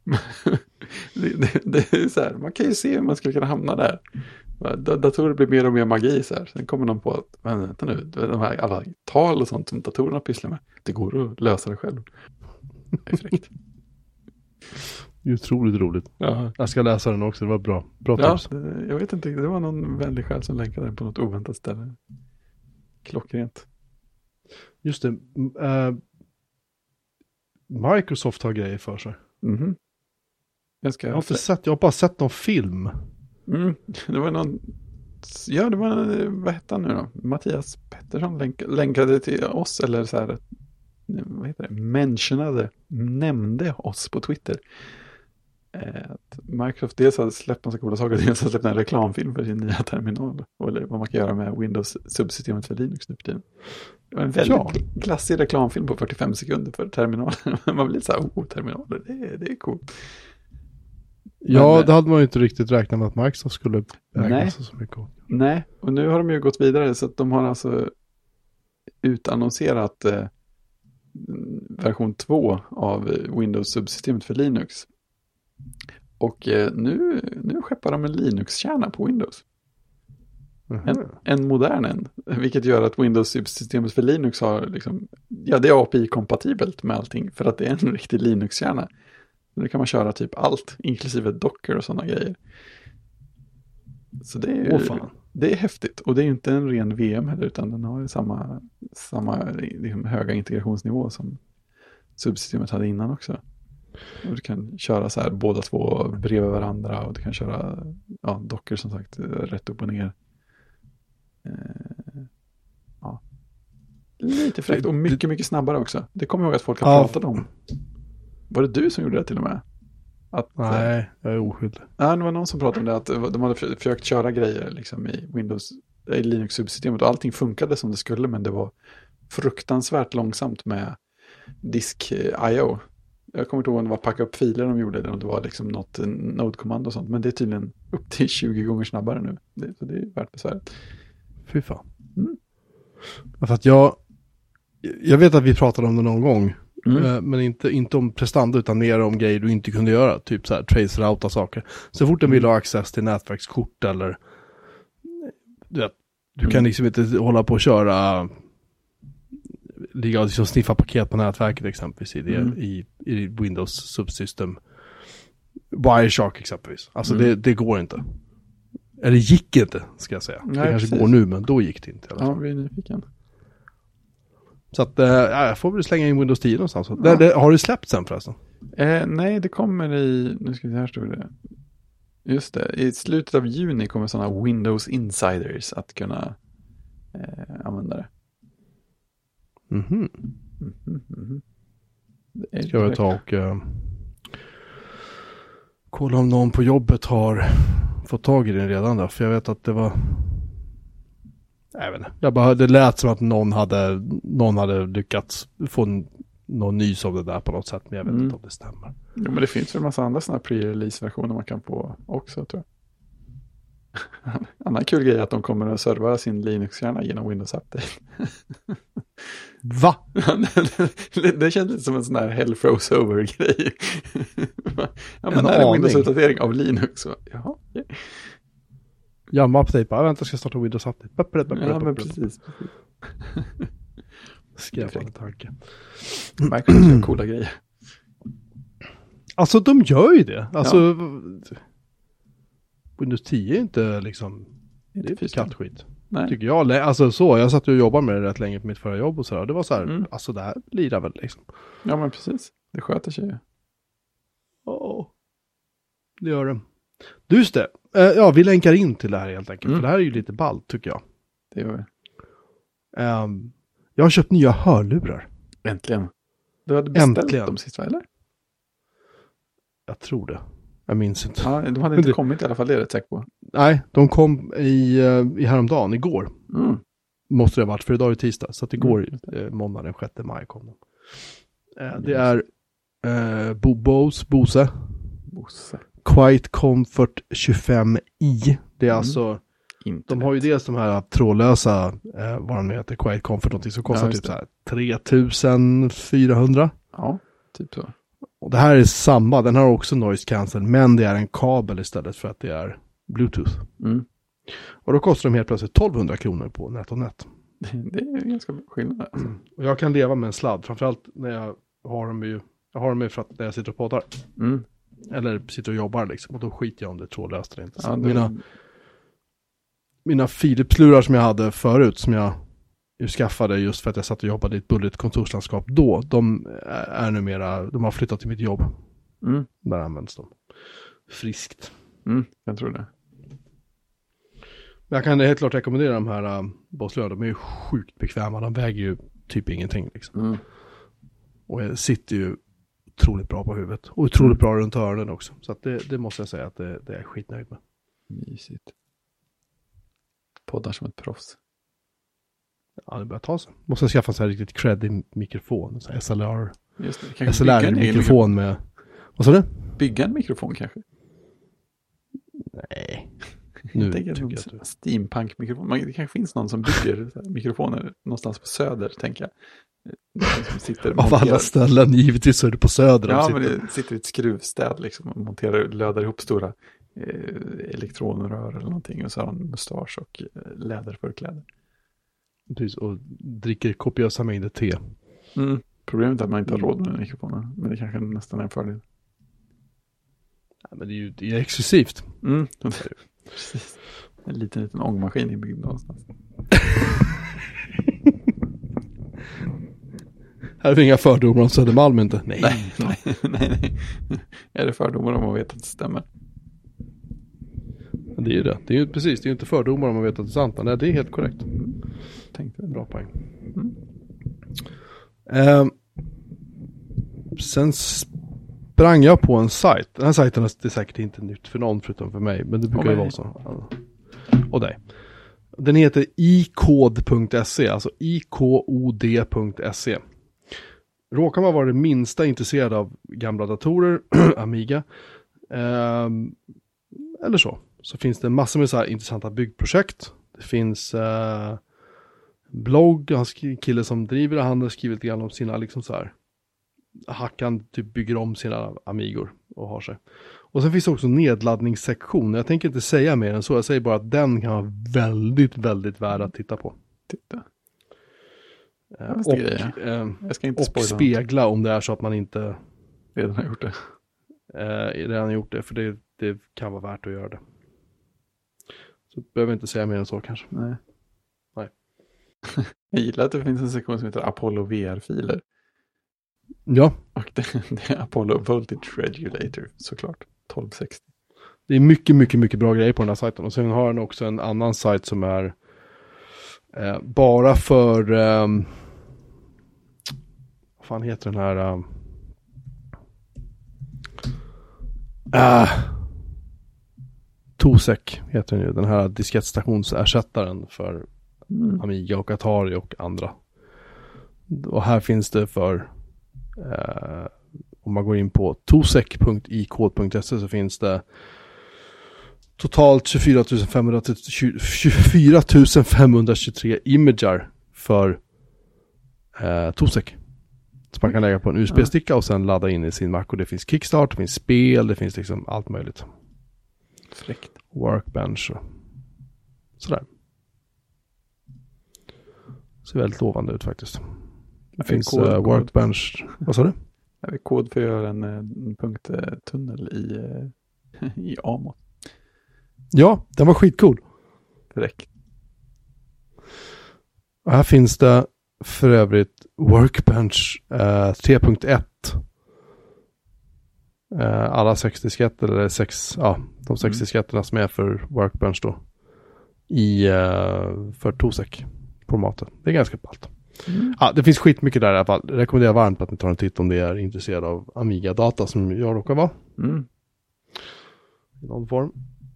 Det är så här, man kan ju se hur man skulle kunna hamna där. Datorer blir mer och mer magi så här. Sen kommer de på att, vänta nu, de här alla tal och sånt som datorerna pysslar med, det går att lösa det själv. Det är fräckt. Det är otroligt roligt. Ja. Jag ska läsa den också, det var bra tips. Jag vet inte, det var någon vänlig själ som länkade den på något oväntat ställe. Klockrent. Just det. Microsoft har grejer för sig. Mm-hmm. Jag har bara sett någon film. Det var någon... Ja, det var... Vad hette han nu då? Mattias Pettersson länkade till oss, eller så här... Vad heter det? Nämnde oss på Twitter. Att Microsoft dels har släppt massa coola saker, dels har släppt en reklamfilm för sin nya terminal. Eller vad man kan göra med Windows-subsystemet för Linux nu för tiden. Det var en väldigt glassig reklamfilm på 45 sekunder för terminaler. Man blir lite så här, terminaler, det är coolt. Ja, det hade man ju inte riktigt räknat med att Microsoft skulle ägna sig så mycket. Nej, och nu har de ju gått vidare så att de har alltså utannonserat version 2 av Windows-subsystemet för Linux. Och nu skeppar de en Linux-kärna på Windows. En modern en. Vilket gör att Windows-systemet för Linux har liksom, ja, det är API-kompatibelt med allting. För att det är en riktig Linux-kärna. Nu kan man köra typ allt, inklusive Docker och sådana grejer. Så det är ju, det är häftigt. Och det är ju inte en ren VM heller, utan den har ju samma liksom, höga integrationsnivå som subsystemet hade innan också. Och du kan köra så här båda två bredvid varandra, och du kan köra Docker som sagt rätt upp och ner. Ja. Lite fräckt och mycket snabbare också. Det kommer jag ihåg att folk har pratat om. Var det du som gjorde det till och med? Nej, jag är oskyldig. Ja, det var någon som pratade om det, att de hade försökt köra grejer liksom, i Linux-subsystemet, och allting funkade som det skulle, men det var fruktansvärt långsamt med disk I.O. Jag kommer inte ihåg om det var packa upp filer de gjorde, eller om det var liksom något node-kommando och sånt, men det är tydligen upp till 20 gånger snabbare nu. Så det är värt besväret. Fy fan. För att jag vet att vi pratade om det någon gång. Men inte om prestanda, utan mer om grejer du inte kunde göra. Typ så här, trace-routa saker. Så fort den vill ha access till nätverkskort eller du kan liksom inte hålla på och köra ligga och liksom sniffa paket på nätverket exempelvis i Windows subsystem. Wireshark exempelvis. Alltså det går inte. Eller gick inte, ska jag säga. Nej, det kanske precis går nu, men då gick det inte. Ja, vi är nyfiken. Så att jag får väl slänga in Windows 10 någonstans. Ja. Har det släppt sen förresten? Nej, det kommer nu ska vi se, här står det. Just det, i slutet av juni kommer sådana Windows Insiders att kunna använda det. Ska jag ta och kolla om någon på jobbet har fått tag i den redan då, för jag vet att det var, jag vet inte, det lät som att någon hade lyckats få någon nys av det där på något sätt, men jag vet inte om det stämmer. Ja, men det finns väl en massa andra sådana pre-release-versioner man kan få också, tror jag. Annan kul grej är att de kommer att servera sin Linux-kärna genom Windows Update. Va? Det känns som en sån här hell froze over-grej. Ja, men här är Windows-uppdatering av Linux. Jaha, okay. Jamma update, bara vänta, ska starta Windows Update. Ja, men precis. Skräffande tanke. Microsoft gör coola grejer. Alltså, de gör ju det. Alltså, Windows 10 är inte liksom, det är inte kattskit. Nej. Tycker jag. Alltså så, jag satt och jobbade med det rätt länge på mitt förra jobb och sådär. Det var så här, alltså det här lirar väl liksom. Ja, men precis. Det sköter sig ju. Det gör det. Just det. Vi länkar in till det här helt enkelt. För det här är ju lite ballt, tycker jag. Det gör vi. Jag har köpt nya hörlurar. Äntligen. Du hade beställt dem sist, va, eller? Jag tror det. Jag minns inte. Ja, de hade inte kommit i alla fall, det är rätt säker på. Nej, de kom i häromdagen, igår. Måste det ha varit, för idag är det tisdag. Så att igår, måndag den 6 maj kom de. Det är Bose. Quiet Comfort 25i. Det är alltså, de har ju dels de här trådlösa, vad de heter, Quiet Comfort, någonting som kostar typ så här 3400. Ja, typ så. Och det här är samma, den har också noise cancel, men det är en kabel istället för att det är Bluetooth. Och då kostar de helt plötsligt 1200 kronor på NetOnNet. Det är ganska skillnad. Och jag kan leva med en sladd, framförallt när jag har dem ju för att när jag sitter och poddar. Eller sitter och jobbar liksom, och då skiter jag om det trådlöst eller inte. Så mina Philips-lurar som jag hade förut, som jag skaffade just för att jag satt och jobbade i ett bulligt kontorslandskap då, de är numera, de har flyttat till mitt jobb. Där används de friskt. Jag tror det. Men jag kan helt klart rekommendera de här Bose-lurarna. De är ju sjukt bekväma, de väger ju typ ingenting liksom. Och jag sitter ju otroligt bra på huvudet. Och otroligt bra runt öronen också. Så att det måste jag säga att det är skitnöjd med. Mysigt. Poddar som ett proffs. Ja, det börjar ta sig. Måste jag skaffa en sån här riktigt creddig mikrofon. Så SLR. Just det. SLR-mikrofon med... Vad sa du? Bygga en mikrofon kanske? Nej. Nu tycker jag att du... Steampunk-mikrofon. Det kanske finns någon som bygger mikrofoner någonstans på Söder, tänker jag. Av alla ställen, givetvis så är det på Söder. Ja, men det sitter i ett skruvstäd liksom och lödar ihop stora elektronrör eller någonting. Och så har han mustasch och läderförkläder. Precis, och dricker kopiösa mängder te. Problemet är att man inte har råd med den mikrofonen. Men det kanske nästan är en fördel. Ja, men det är exklusivt. Precis. En liten ångmaskin inbyggd någonstans. Här är inga fördomar om Södermalm inte. Nej. Är det fördomar om man vet att det stämmer? Det är ju det. Det är ju precis, det är ju inte fördomar om man vet att det är sant. Nej, det är helt korrekt. Tänkte det. Bra poäng. Sen sprang jag på en sajt. Den här sajten är säkert inte nytt för någon förutom för mig. Men det brukar ju vara så. Och dig. Den heter ikod.se. Alltså ikod.se. Råkar man vara det minsta intresserad av gamla datorer, Amiga, eller så finns det massor med så här intressanta byggprojekt. Det finns blogg, han kille som driver det, han har skrivit lite grann om sina liksom så här, han typ bygger om sina Amigor och har sig. Och sen finns det också nedladdningssektion. Jag tänker inte säga mer än så, jag säger bara att den kan vara väldigt, väldigt värd att titta på. Titta. Och spegla om det är så att man inte redan har gjort det. För det kan vara värt att göra det. Så behöver jag inte säga mer än så kanske. Nej. Jag gillar att det finns en sektion som heter Apollo VR-filer. Ja. Och det är Apollo Voltage Regulator, såklart. 1260. Det är mycket, mycket, mycket bra grejer på den här sajten. Och sen har den också en annan sajt som är bara för vad fan heter den här Tosec heter den ju. Den här diskettstationsersättaren för Amiga och Atari och andra. Och här finns det för om man går in på tosec.ikod.se så finns det totalt 24 523 imager för Tosec. Så man kan lägga på en USB-sticka och sen ladda in i sin Mac. Och det finns Kickstart, det finns spel, det finns liksom allt möjligt. Fräckt. Workbench och sådär. Ser väldigt lovande ut faktiskt. Det finns Workbench. Vad sa du? Jag har kod för att göra en punkttunnel i Amo. Ja, den var skitcool. Fräckt. Och här finns det för övrigt Workbench 3.1. Alla 6 disketter eller de 6 disketterna som är för Workbench då för Tosec-formatet. Det är ganska ballt. Det finns skitmycket där i alla fall. Jag rekommenderar varmt att ni tar en titt om ni är intresserade av Amiga-data som jag råkar vara. I någon form.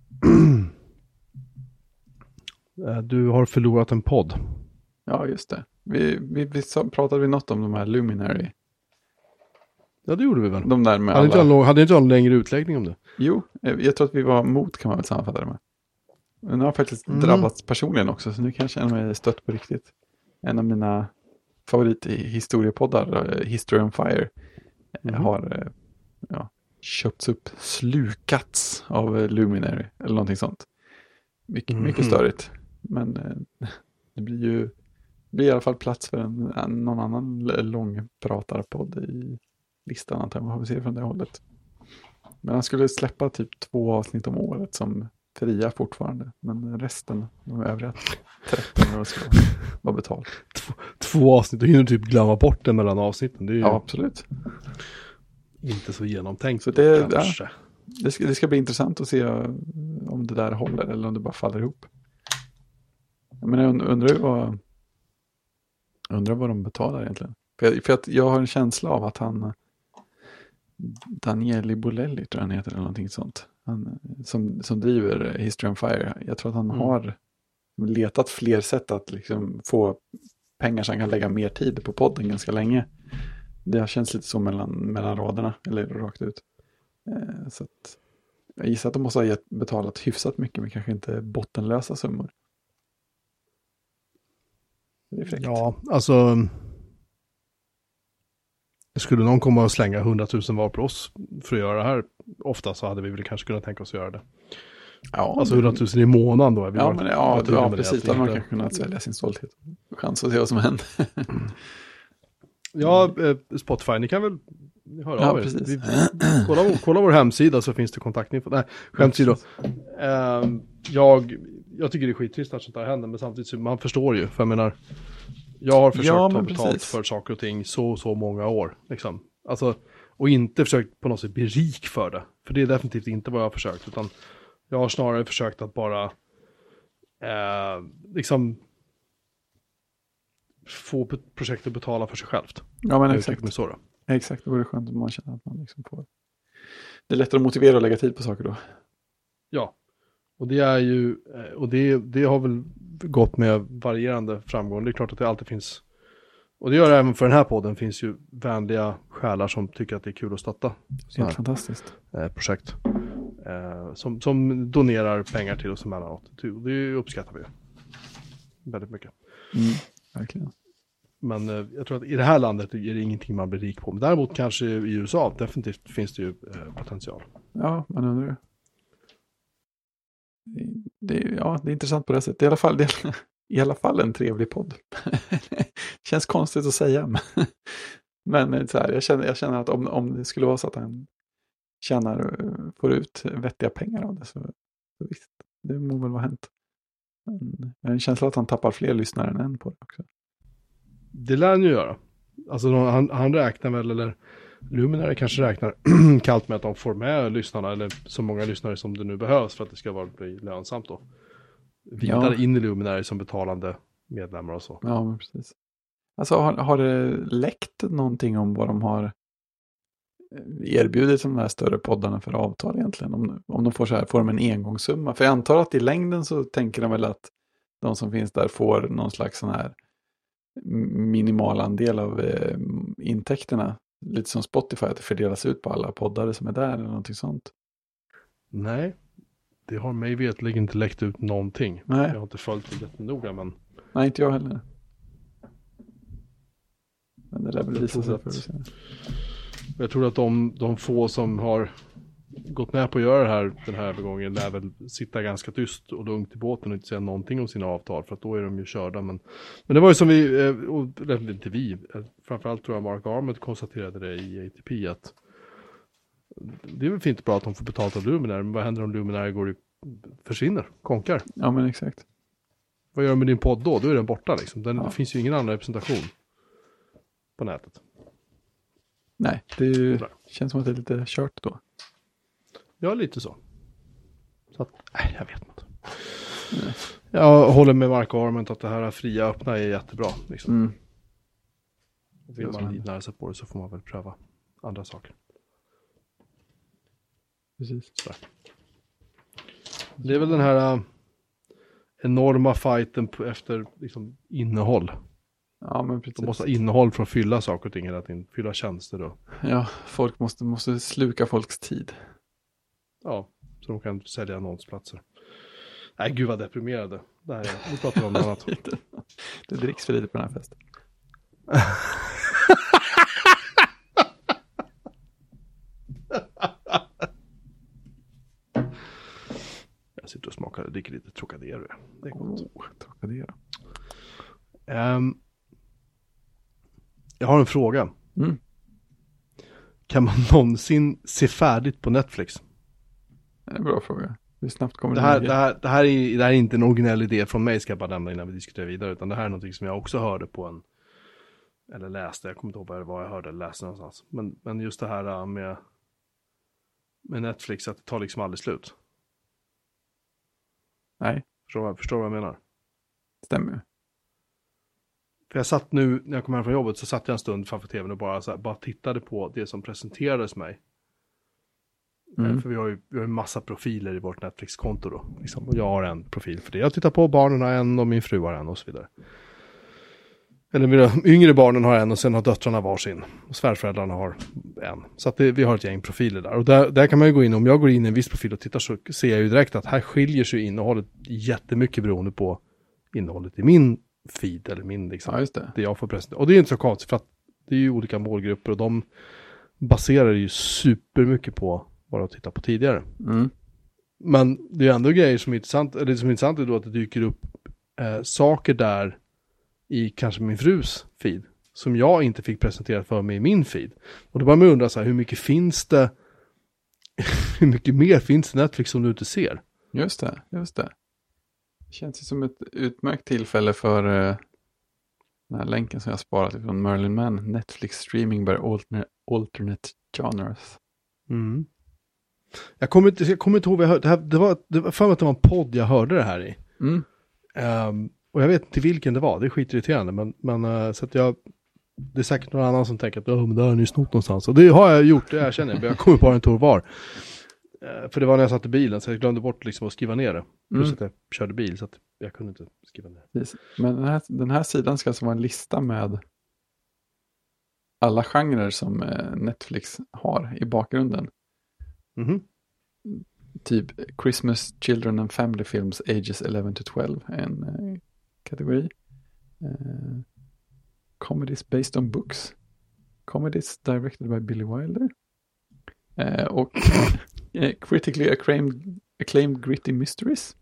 Du har förlorat en podd. Ja, just det. Vi pratade något om de här Luminary. Ja, det gjorde vi väl. De där med hade inte en längre utläggning om det? Jo, jag tror att vi var mot, kan man väl sammanfatta det med. Men nu har faktiskt drabbats personligen också, så nu kan jag känna mig stött på riktigt. En av mina favorithistoriepoddar, History on Fire, har köpts upp, slukats av Luminary eller någonting sånt. Mycket störigt. Men det blir i alla fall plats för någon annan långpratarpodd i listan, antar jag. Vad har vi se från det hållet? Men han skulle släppa typ 2 avsnitt om året som fria fortfarande. Men resten, de övriga 13 år ska vara betalt. 2 avsnitt, du hinner typ glömma bort det mellan avsnitten. Det är ju absolut. Inte så genomtänkt. Så det ska bli intressant att se om det där håller eller om det bara faller ihop. Men jag undrar vad de betalar egentligen. För att jag har en känsla av att han Daniele Bolelli tror jag han heter eller någonting sånt. Han, som driver History on Fire. Jag tror att han har letat fler sätt att liksom få pengar så han kan lägga mer tid på podden ganska länge. Det har känts lite så mellan raderna eller rakt ut. Så att jag gissar att de måste ha betalat hyfsat mycket men kanske inte bottenlösa summor. Det är fräckt. Ja, alltså Skulle någon komma och slänga 100 000 var på oss för att göra det här ofta, så hade vi väl kanske kunnat tänka oss att göra det. Ja, alltså 100 000 i månaden då. Precis. Då hade man kanske kunnat sälja sin stolthet. Chans att se vad som händer. Ja, Spotify, ni kan väl höra av er. Precis. Kolla vår hemsida så finns det kontaktinfo. Nej, skämtsidor. Jag tycker det är skittrist att sånt här händer, men samtidigt så man förstår ju. För jag menar, jag har försökt ta betalt för saker och ting så många år. Liksom. Alltså, och inte försökt på något sätt bli rik för det. För det är definitivt inte vad jag har försökt. Utan jag har snarare försökt att bara liksom få projektet att betala för sig självt. Ja, men exakt. Så då. Exakt, det vore skönt om man känner att man liksom får... Det är lättare att motivera och lägga tid på saker då. Ja, och det är ju... Och det har väl gått med varierande framgång. Det är klart att det alltid finns... Och det gör det även för den här podden. Finns ju vänliga själar som tycker att det är kul att stötta. Helt fantastiskt. Projekt. Som donerar pengar till oss emellanåt. Det uppskattar vi väldigt mycket. Verkligen. Men jag tror att i det här landet är det ingenting man blir rik på. Men däremot kanske i USA definitivt finns det ju potential. Ja, man undrar det. Det är intressant på det sättet. I alla fall en trevlig podd. Känns konstigt att säga. Men så här, jag känner att om det skulle vara så att han får ut vettiga pengar av det, så visst, det må väl vara hänt. Men jag har en känsla att han tappar fler lyssnare än en på det också. Det lär han ju göra. Alltså han räknar väl, eller Luminary kanske räknar kallt med att de får med lyssnarna, eller så många lyssnare som det nu behövs för att det ska bli lönsamt då. Vidare in i Luminary som betalande medlemmar och så. Ja, men precis. Alltså har det läckt någonting om vad de har erbjudit de här större poddarna för avtal egentligen? Om de får de en engångssumma? För jag antar att i längden så tänker de väl att de som finns där får någon slags sån här minimal andel av intäkterna. Lite som Spotify, att det fördelas ut på alla poddare som är där eller någonting sånt. Nej, det har mig vetligen inte läckt ut någonting. Nej. Jag har inte följt det jättenoga, men... Nej, inte jag heller. Men det lär väl visa sig för det. Jag tror att de få som har gått med på att göra det här den här övergången lär väl sitta ganska tyst och lugnt i båten och inte säga någonting om sina avtal, för att då är de ju körda. Men det var ju som framförallt tror jag Mark Arment konstaterade det i ATP, att det är väl fint och bra att de får betalt av Luminary, men vad händer om Luminary försvinner, konkar? Ja, men exakt. Vad gör de med din podd då? Då är den borta liksom. Det finns ju ingen annan representation på nätet. Nej, känns som att det är lite kört då. Ja, lite så. Så att, jag vet inte. Nej. Jag håller med Mark Arment att det här fria öppna är jättebra. Liksom. Vill man lära sig på det så får man väl pröva andra saker. Precis. Så. Det är väl den här enorma fighten efter liksom, innehåll. Ja, men precis. De måste ha innehåll för att fylla saker och ting hela tiden. Fylla tjänster då. Ja, folk måste sluka folks tid. Ja, så de kan sälja annonsplatser. Nej, gud vad deprimerade. Nu pratar vi om något annat. Det dricks för lite på den här festen. Jag sitter och smakar och dricker lite Trocadero. Det är gott. Trocadero. Jag har en fråga. Kan man någonsin se färdigt på Netflix? Det är en bra fråga. Hur snabbt kommer det här är inte en originell idé från mig, ska jag bara nämna innan vi diskuterar vidare, utan det här är något som jag också hörde på eller läste, jag kommer inte ihåg vad jag hörde eller läste någonstans. Men just det här med Netflix, att det tar liksom aldrig slut. Nej. Förstår vad jag menar? Stämmer ju. För jag satt nu, när jag kom hem från jobbet, så satt jag en stund framför tvn och bara tittade på det som presenterades mig. För vi har ju en massa profiler i vårt Netflix-konto då. Liksom. Och jag har en profil för det. Jag tittar på, barnen har en och min fru har en och så vidare. Eller mina yngre barnen har en och sen har döttrarna varsin. Och svärföräldrarna har en. Så att vi har ett gäng profiler där. Och där kan man ju gå in, om jag går in i en viss profil och tittar, så ser jag ju direkt att här skiljer sig innehållet jättemycket beroende på innehållet i min feed eller min liksom, ja, just det. Det jag får presentera. Och det är inte så konstigt, för att det är ju olika målgrupper och de baserar ju supermycket på vad de tittar på tidigare. Men det är ändå grejer som är intressant, eller det som är intressant är då att det dyker upp saker där i kanske min frus feed som jag inte fick presenterat för mig i min feed. Och då börjar man undra så här, hur mycket finns det hur mycket mer finns det Netflix som du inte ser? Just det. Det känns ju som ett utmärkt tillfälle för den här länken som jag sparat från Merlin Mann. Netflix streaming by alternate genres. Jag kommer inte ihåg vad jag hörde. Det var för mig att det var en podd jag hörde det här i. Och jag vet inte vilken det var. Det är skitirriterande. Men så att det är säkert någon annan som tänker att men det har ni snott någonstans. Och det har jag gjort, det erkänner jag. Men jag kommer på en tur var. För det var när jag satt i bilen så jag glömde bort liksom att skriva ner det. Plus att jag körde bil så att jag kunde inte skriva ner det. Precis. Men den här sidan ska alltså vara en lista med alla genrer som Netflix har i bakgrunden. Typ Christmas, Children and Family Films, ages 11 to 12 en kategori. Comedies based on books. Comedies directed by Billy Wilder. Och critically acclaimed gritty mysteries.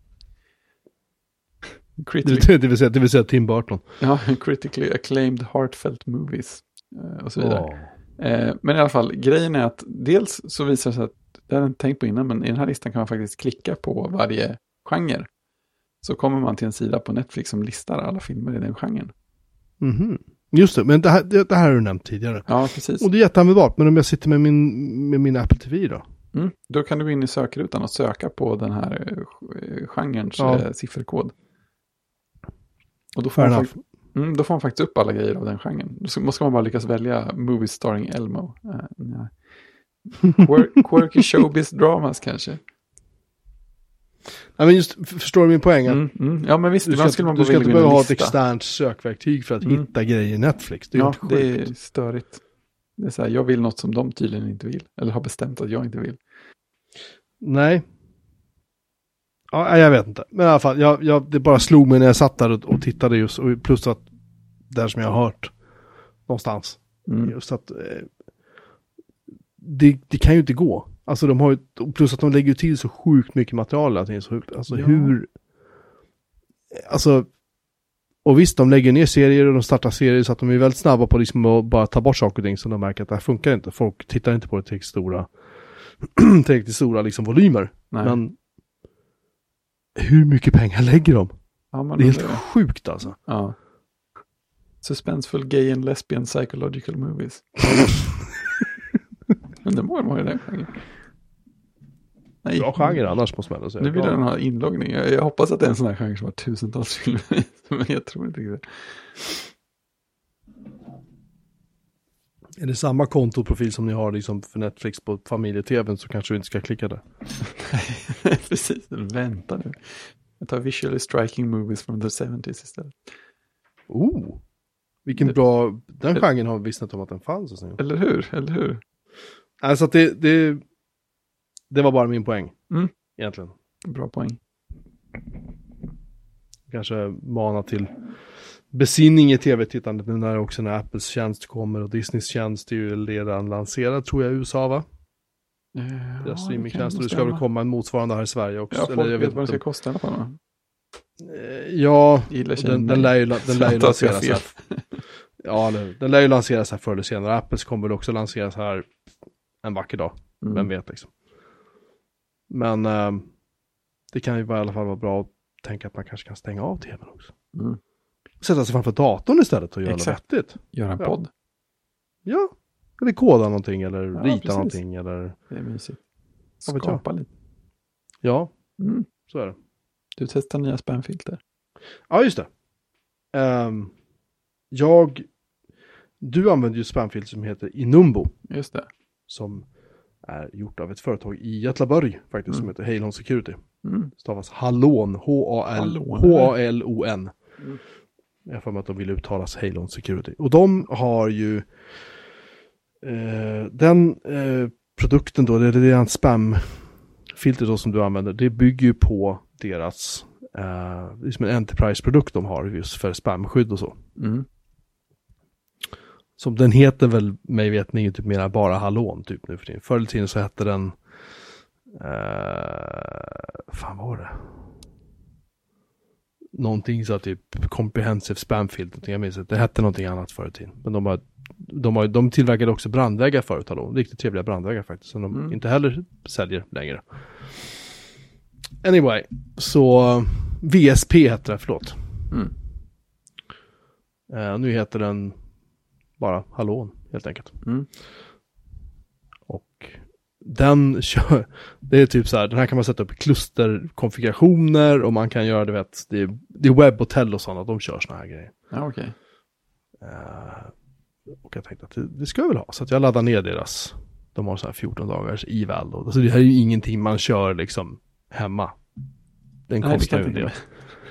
Det vill säga Tim Burton. Ja, critically acclaimed heartfelt movies. Och så vidare. Men i alla fall, grejen är att dels så visar det sig att, det har jag inte tänkt på innan, men i den här listan kan man faktiskt klicka på varje genre. Så kommer man till en sida på Netflix som listar alla filmer i den genren. Just det, men det här har du nämnt tidigare. Ja, precis. Och det är jätteanvändbart, men om jag sitter med min Apple TV då? Då kan du gå in i sökrutan och söka på den här genrens sifferkod. Och då får man faktiskt upp alla grejer av den genren. Då måste man bara lyckas välja Movies starring Elmo. Quirky showbiz dramas kanske. Ja, men just, förstår du min poäng? Ja, men visst. Du ska inte behöva ha ett externt sökverktyg för att hitta grejer i Netflix. Det är helt sjukt. Det är störigt. Det är så här, jag vill något som de tydligen inte vill. Eller har bestämt att jag inte vill. Nej. Ja, jag vet inte. Men i alla fall, det bara slog mig när jag satt där och tittade just. Och plus att där som jag har hört någonstans. Just att det kan ju inte gå. Alltså de har ju, plus att de lägger till så sjukt mycket material att det är så sjukt. Alltså hur... Alltså... Och visst, de lägger ner serier och de startar serier så att de är väldigt snabba på liksom att bara ta bort saker och ting som de märker att det här funkar inte. Folk tittar inte på det tillräckligt stora liksom volymer. Nej. Men hur mycket pengar lägger de? Ja, det är helt sjukt alltså. Ja. Suspenseful gay and lesbian psychological movies. Men det var ju den genren. Nej. Bra genre annars måste man säga. Nu vill den ha inloggning. Jag hoppas att det är en sån här genre som har tusentals filmer. Men jag tror inte det. Är det samma kontoprofil som ni har liksom för Netflix på familjetvn så kanske du inte ska klicka där. Nej, precis. Vänta nu. Jag tar visually striking movies from the 70s istället. Vilken bra... Den genren har vi visst om att den fanns. Eller hur? Alltså att det var bara min poäng. Egentligen. Bra poäng. Kanske mana till besinning i tv-tittandet nu när Apples tjänst kommer och Disneys tjänst är ju redan lanserad tror jag i USA va? Deras streamingtjänst och det ska väl komma en motsvarande här i Sverige också. Ja, folk vet vad det ska kosta i alla fall. Ja, den lär ju lanseras här. Ja, den lär ju lanseras här förr eller senare. Apples kommer väl också lanseras här en vacker dag. Vem vet liksom. Men det kan ju i alla fall vara bra att tänka att man kanske kan stänga av tvn också. Sätta sig framför datorn istället och göra något vettigt. Göra en podd. Ja, eller koda någonting eller rita någonting. Eller... Det är mysigt. Skapa lite. Ja, så är det. Du testar nya spamfilter. Ja, just det. Du använder ju spamfilter som heter Inumbo. Just det. Som är gjort av ett företag i Göteborg faktiskt som heter Halon Security. Stavas Halon, H-A-L-O-N. Jag får med att de vill uttalas Halon Security. Och de har ju den produkten då, det är en spamfilter då som du använder, det bygger ju på deras liksom en enterprise-produkt de har just för spamskydd och så. Som den heter väl, mig vet ni, typ mera bara hallon typ nu för tiden. Förr i tiden så hette den fan vad var det? Någonting så typ comprehensive spamfield, någonting jag minns. Det hette någonting annat förr i tiden. Men de tillverkade också brandväggar förut, hallå. Riktigt trevliga brandväggar faktiskt, som de inte heller säljer längre. Anyway, så VSP heter det, förlåt. Nu heter den bara hallon, helt enkelt. Och den kör, det är typ så här, den här kan man sätta upp klusterkonfigurationer och man kan göra det, det är webbhotell och sådana, de kör såna här grejer. Ja, okej. Och jag tänkte att det ska jag väl ha, så att jag laddar ner deras, de har så här 14 dagars eval då. Så det här är ju ingenting man kör liksom hemma. Den kostar ju en del.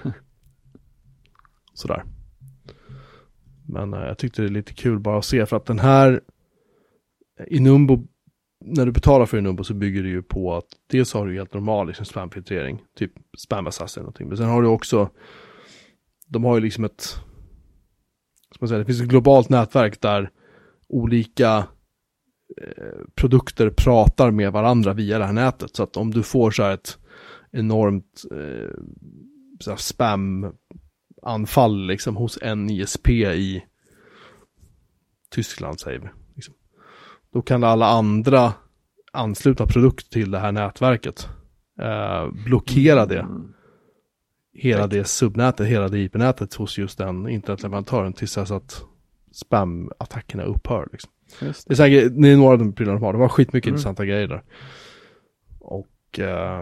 Sådär. Men jag tyckte det är lite kul bara att se, för att den här Inumbo, när du betalar för Inumbo så bygger det ju på att dels har du helt normal liksom spamfiltrering, typ Spam Assassin eller någonting, men sen har du också, de har ju liksom ett, ska man säga, det finns ett globalt nätverk där olika produkter pratar med varandra via det här nätet, så att om du får så här ett enormt så här spam-anfall liksom hos en ISP i Tyskland, säger vi, liksom, då kan alla andra anslutna produkter till det här nätverket blockera det. Hela det subnätet, hela det IP-nätet hos just den internetleverantören tills dess att spam-attackerna upphör. Liksom. Det är säkert, det är några av de prylarna de har. Det var skitmycket intressanta grejer där. Och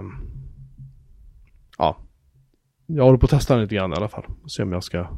ja, jag håller på att testa den lite grann i alla fall. Se om jag ska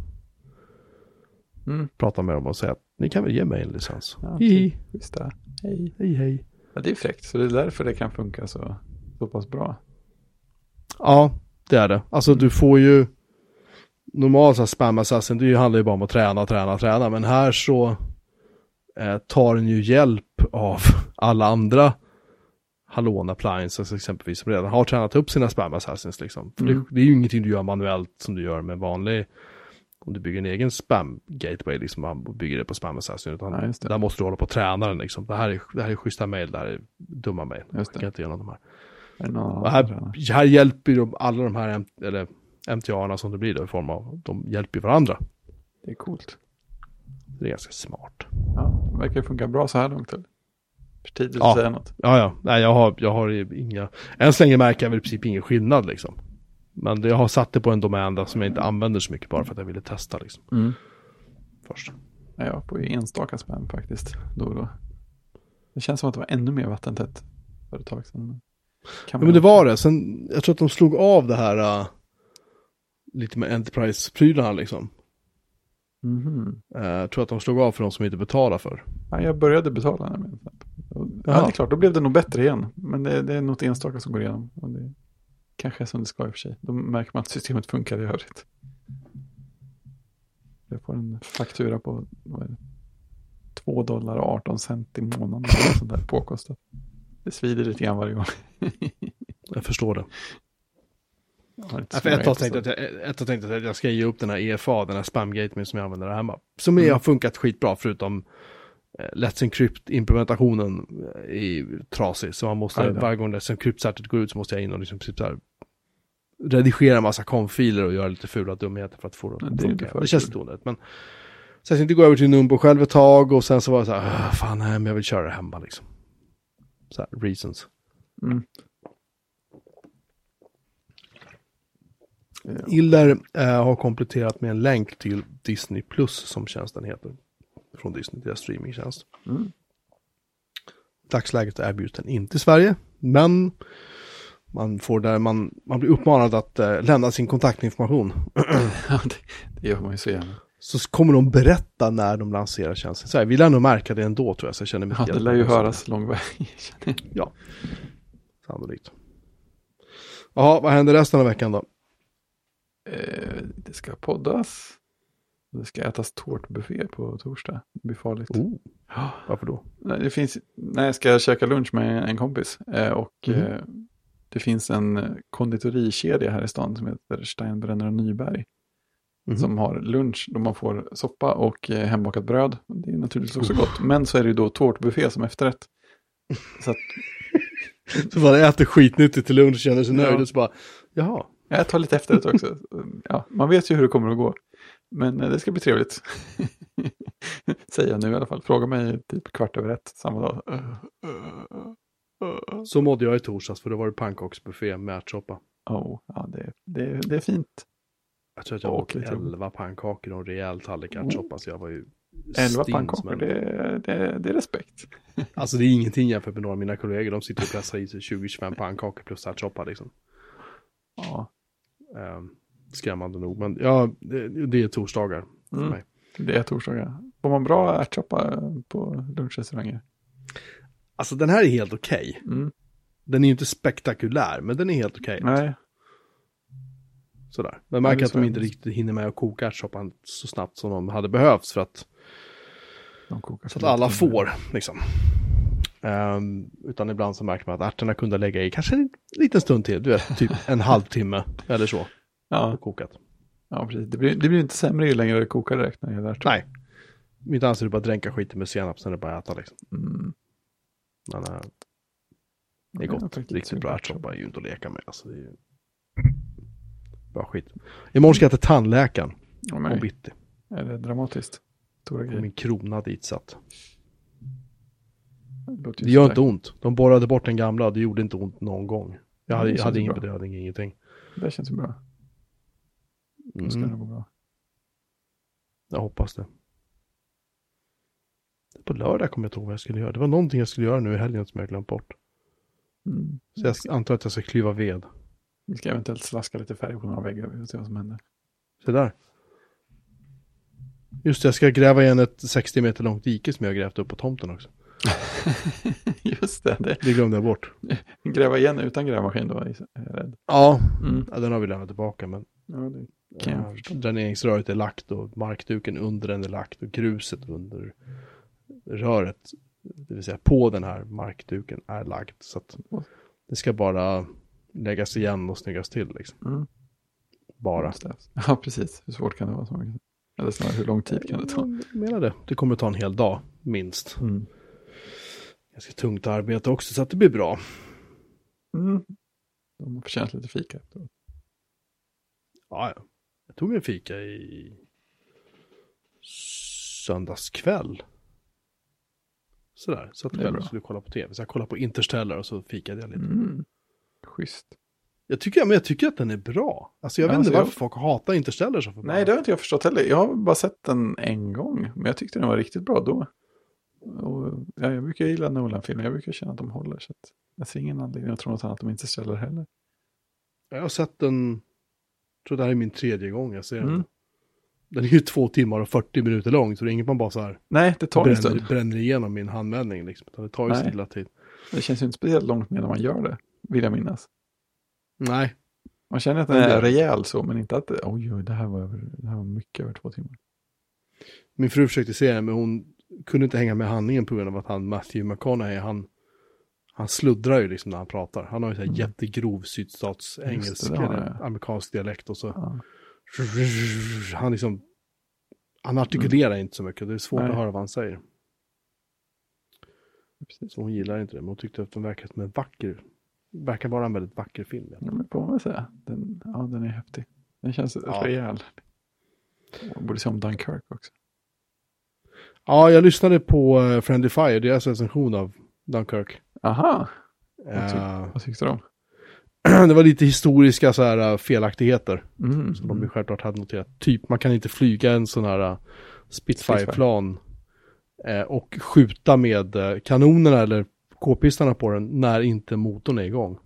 prata med dem och säga att ni kan väl ge mig en licens. Ja, hej. Hej. Hej. Ja, det är fräckt, så det är därför det kan funka så pass bra. Ja, det är det. Alltså du får ju normalt så här Spam Assassin, det handlar ju bara om att träna, men här så tar den ju hjälp av alla andra hallon appliances exempelvis som redan har tränat upp sina Spam Assassins liksom. För det är ju ingenting du gör manuellt som du gör med vanlig, om du bygger en egen spam gateway liksom, man bygger det på Spam Assassin, utan där måste du hålla på att träna den liksom. Det här är schyssta mail, det här är dumma mail. Jag kan inte göra de här. Här hjälper ju alla de här MTA-arna som det blir då, i form av, de hjälper ju varandra. Det är coolt. Det är ganska smart. Ja, det verkar funka bra så här långt. För tidigt att säga något. Ja. Nej, jag har inga, än så länge märker jag väl i princip ingen skillnad liksom. Men jag har satt det på en domän där som jag inte använder så mycket, bara för att jag ville testa liksom. Först. Ja, på enstaka spam faktiskt. Då. Det känns som att det var ännu mer vattentätt för ett tag sedan. Ja, men det var det. Sen, jag tror att de slog av det här lite med Enterprise-prylarna liksom. Jag tror att de slog av för de som inte betalar för. Ja, jag började betala nämligen. Ja, det är klart, då blev det nog bättre igen. Men det är något enstaka som går igenom. Och det kanske är som det ska i och för sig. Då märker man att systemet funkar i övrigt. Jag får en faktura på $2.18 i månaden. Sånt där påkostat. Det svider lite grann varje gång. Jag förstår det. För ett tag tänkte att jag ska ge upp den här EFA, den här spamgate som jag använder där hemma. Som har funkat skitbra, förutom Let's Encrypt-implementationen är trasig. Så man måste, varje gång Let's Encrypt-certet går ut så måste jag in och liksom så här, redigera en massa konfiler och göra lite fula dumheter för att få det att funka. Det känns lite onödigt. Men sen så inte gå över till Numbo själv ett tag, och sen så var det så här, fan nej, men jag vill köra det hemma liksom. Så här, reasons. Iller har kompletterat med en länk till Disney Plus, som tjänsten heter, från Disney, deras streamingtjänst. Dagsläget erbjuds den inte i Sverige, men man får där, man blir uppmanad att lämna sin kontaktinformation. Ja, det gör man ju så gärna. Så kommer de berätta när de lanserar tjänsten. Så här, vi lär nog märka det ändå, tror jag, så jag känner mig. Ja, det lär ju höras lång väg. Ja, sannolikt. Jaha, vad händer resten av veckan då? Det ska poddas. Det ska ätas tårtbuffé på torsdag. Det blir farligt. Varför då? Jag ska käka lunch med en kompis. Det finns en konditorikedja här i stan som heter Steinbrenner och Nyberg. som har lunch då man får soppa och hembakat bröd. Det är naturligtvis också gott. Men så är det ju då tårtbuffé som efterrätt. Så att... så man äter skitnyttigt till lunch och känner sig nöjd och så bara, jaha. Jag tar lite efterrätt också. Ja, man vet ju hur det kommer att gå. Men det ska bli trevligt. Säger jag nu i alla fall. Fråga mig typ 1:15 samma dag. Så mådde jag i torsdags för då var det pannkaksbuffé med ärtsoppa. Ja, det är fint. Jag tror att jag åt 11 pannkakor och en rejäl tallrik ärtsoppa, så jag var ju 11 pannkakor, det är respekt. Alltså det är ingenting jämfört med några av mina kollegor. De sitter och pressar i sig 20-25 pannkakor plus ärtsoppa liksom. Ja. Skrämmande nog, men ja, det är torsdagar för mig. Det är torsdagar. Får man bra ärtsoppa på lunchrestauranger? Alltså den här är helt okej. Den är ju inte spektakulär, men den är helt okej. Nej. Sådär. Men märker att de inte riktigt hinner med att koka ärtsoppan så snabbt som de hade behövts för att så att alla får liksom. Utan ibland så märker man att ärtorna kunde lägga i kanske en liten stund till, du vet, typ en halvtimme eller så. Ja. Kokat. Ja, precis. Det blir inte sämre ju längre det kokar direkt när det är ärtor. Nej. Mitt anser du bara dränka skiten med senap, sen är det bara att äta liksom. Men det är gott. Riktigt bra ärtsoppa är ju inte att leka med. Alltså, det är ju bra skit. Imorgon ska jag till tandläkaren. Och bitti. Är det dramatiskt? Stora grejer. Min krona ditsatt. Det gör inte ont. De borrade bort den gamla och det gjorde inte ont någon gång. Jag hade ingen bedövning, ingenting. Det känns ju bra. Då ska det gå bra. Jag hoppas det. På lördag kommer jag ihåg vad jag skulle göra. Det var någonting jag skulle göra nu i helgen som jag glömt bort. Så jag antar att jag ska klyva ved. Vi ska eventuellt slaska lite färg på några väggar. Vi får se vad som händer. Så där. Just det, jag ska gräva igen ett 60 meter långt dike som jag har grävt upp på tomten också. Just det. Det glömde jag bort. Gräva igen utan grävmaskin då, är jag rädd. Ja, den har vi lämnat tillbaka. Men ja, dräneringsröret är lagt och markduken under den är lagt och gruset under röret, det vill säga på den här markduken, är lagt. Så att det ska bara läggas igen och snyggas till liksom. Bara. Ja, precis. Hur svårt kan det vara? Eller snarare, hur lång tid kan det ta? Jag menar det. Det kommer ta en hel dag, minst. Ganska tungt arbete också, så att det blir bra. De har förtjänat lite fika. Ja. Jag tog en fika i söndagskväll. Sådär, så att jag skulle kolla på tv. Så jag kollade på Interstellar och så fikade jag lite. Schysst. Jag tycker att den är bra. Alltså jag vet inte varför folk hatar Interstellar så förbannat. Nej, det har inte jag förstått heller. Jag har bara sett den en gång. Men jag tyckte den var riktigt bra då. Och, jag brukar gilla Nolan-filmer. Jag brukar känna att de håller. Så att jag ser ingen anledning att tro något annat om Interstellar heller. Jag har sett den, jag tror det här är min 3:e gång jag ser den. Den är ju 2 timmar och 40 minuter lång, så det är inget man bara så här. Nej, det tar en stund. Bränner igenom min handvändning liksom. Det tar ju stilla tid. Det känns ju inte speciellt långt med när man gör det, vill jag minnas. Nej. Man känner att den är rejäl så, men inte att det här var mycket över 2 timmar. Min fru försökte se den, men hon kunde inte hänga med handlingen på grund av att Matthew McConaughey, han sluddrar ju liksom när han pratar. Han har ju så här jättegrov sydstats engelsk eller amerikansk dialekt och så. Han artikulerar inte så mycket. Det är svårt att höra vad han säger. Precis. Så hon gillar inte det. Men hon tyckte att den verkar vara en väldigt vacker film. Ja, men får man säga. Den är häftig. Den känns rejäl. Jag borde se om Dunkirk också. Ja, jag lyssnade på Friendly Fire, deras recension av Dunkirk. Aha. Vad tyckte de? Det var lite historiska så här felaktigheter. Som de självklart hade noterat. Typ, man kan inte flyga en sån här Spitfire-plan och skjuta med kanonerna eller k-pistarna på den när inte motorn är igång.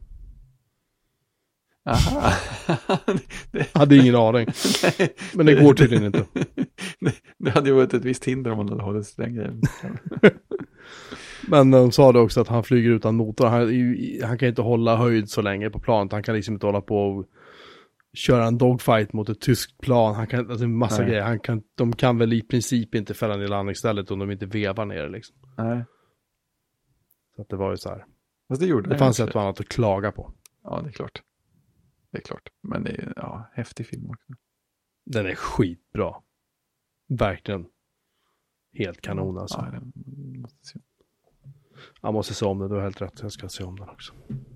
Aha. Hade ingen aning. Nej, men det går tydligen inte. Det hade ju varit ett visst hinder om man hade hållit den grejen. Men de sa det också att han flyger utan motor. Han kan inte hålla höjd så länge på planet. Han kan liksom inte hålla på och köra en dogfight mot ett tyskt plan. Han kan, alltså en massa grejer. De kan väl i princip inte fälla ner landningsstället om de inte vevar ner liksom. Nej. Så att det var ju så här. Fast det fanns ett och annat att klaga på. Ja, det är klart. Men det är häftig film också. Den är skitbra. Verkligen. Helt kanon alltså. Ja, det måste se. Jag måste se om den, du har helt rätt. Jag ska se om den också.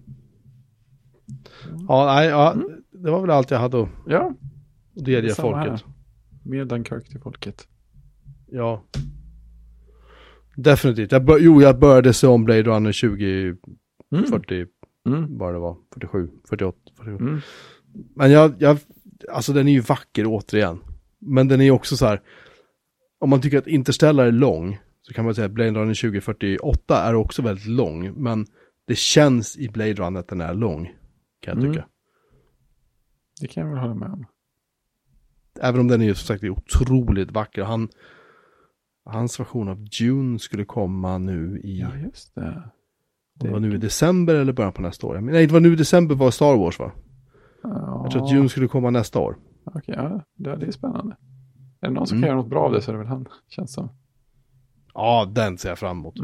Ja, nej, ja, det var väl allt jag hade att delge folket. Här. Mer Dunkirk till folket. Ja. Definitivt. Jag började se om Blade Runner 2040. Vad det var. 47, 48, 47. Men jag alltså den är ju vacker återigen. Men den är ju också så här, om man tycker att Interstellar är lång, så kan man säga att Blade Runner 2048 är också väldigt lång. Men det känns i Blade Runner att den är lång, kan jag tycka. Det kan jag väl hålla med om. Även om den är ju som sagt otroligt vacker. Hans version av Dune skulle komma nu i... Ja, just det. Det var nu i december eller början på nästa år. Nej, det var nu i december var Star Wars, va? Ja. Jag tror att Dune skulle komma nästa år. Okej, ja, det är spännande. Är det någon som kan göra något bra av det så är det väl han, känns som. Ja, den ser jag fram emot.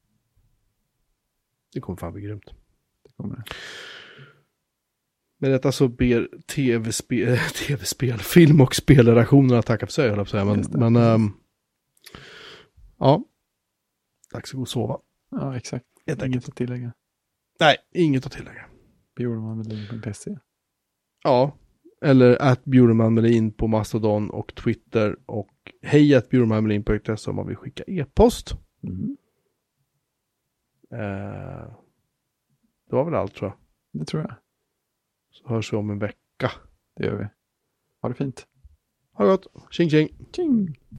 Det kommer fan bli grymt. Det kommer det. Med detta så ber tv-spel, film- och spelrelationerna tacka för sig, höll jag på att säga. Men ja, dags att gå och sova. Ja, exakt. Inget att tillägga. Nej, inget att tillägga. Bjurmanmelin.se. Ja, eller @bjurmanmelin på Mastodon och Twitter, och hej@bjurmanmelin.se om man vill skicka e-post. Det var väl allt, tror jag. Det tror jag. Så hörs vi om en vecka. Det gör vi. Ha det fint. Ha det gott. Tjing tjing. Tjing.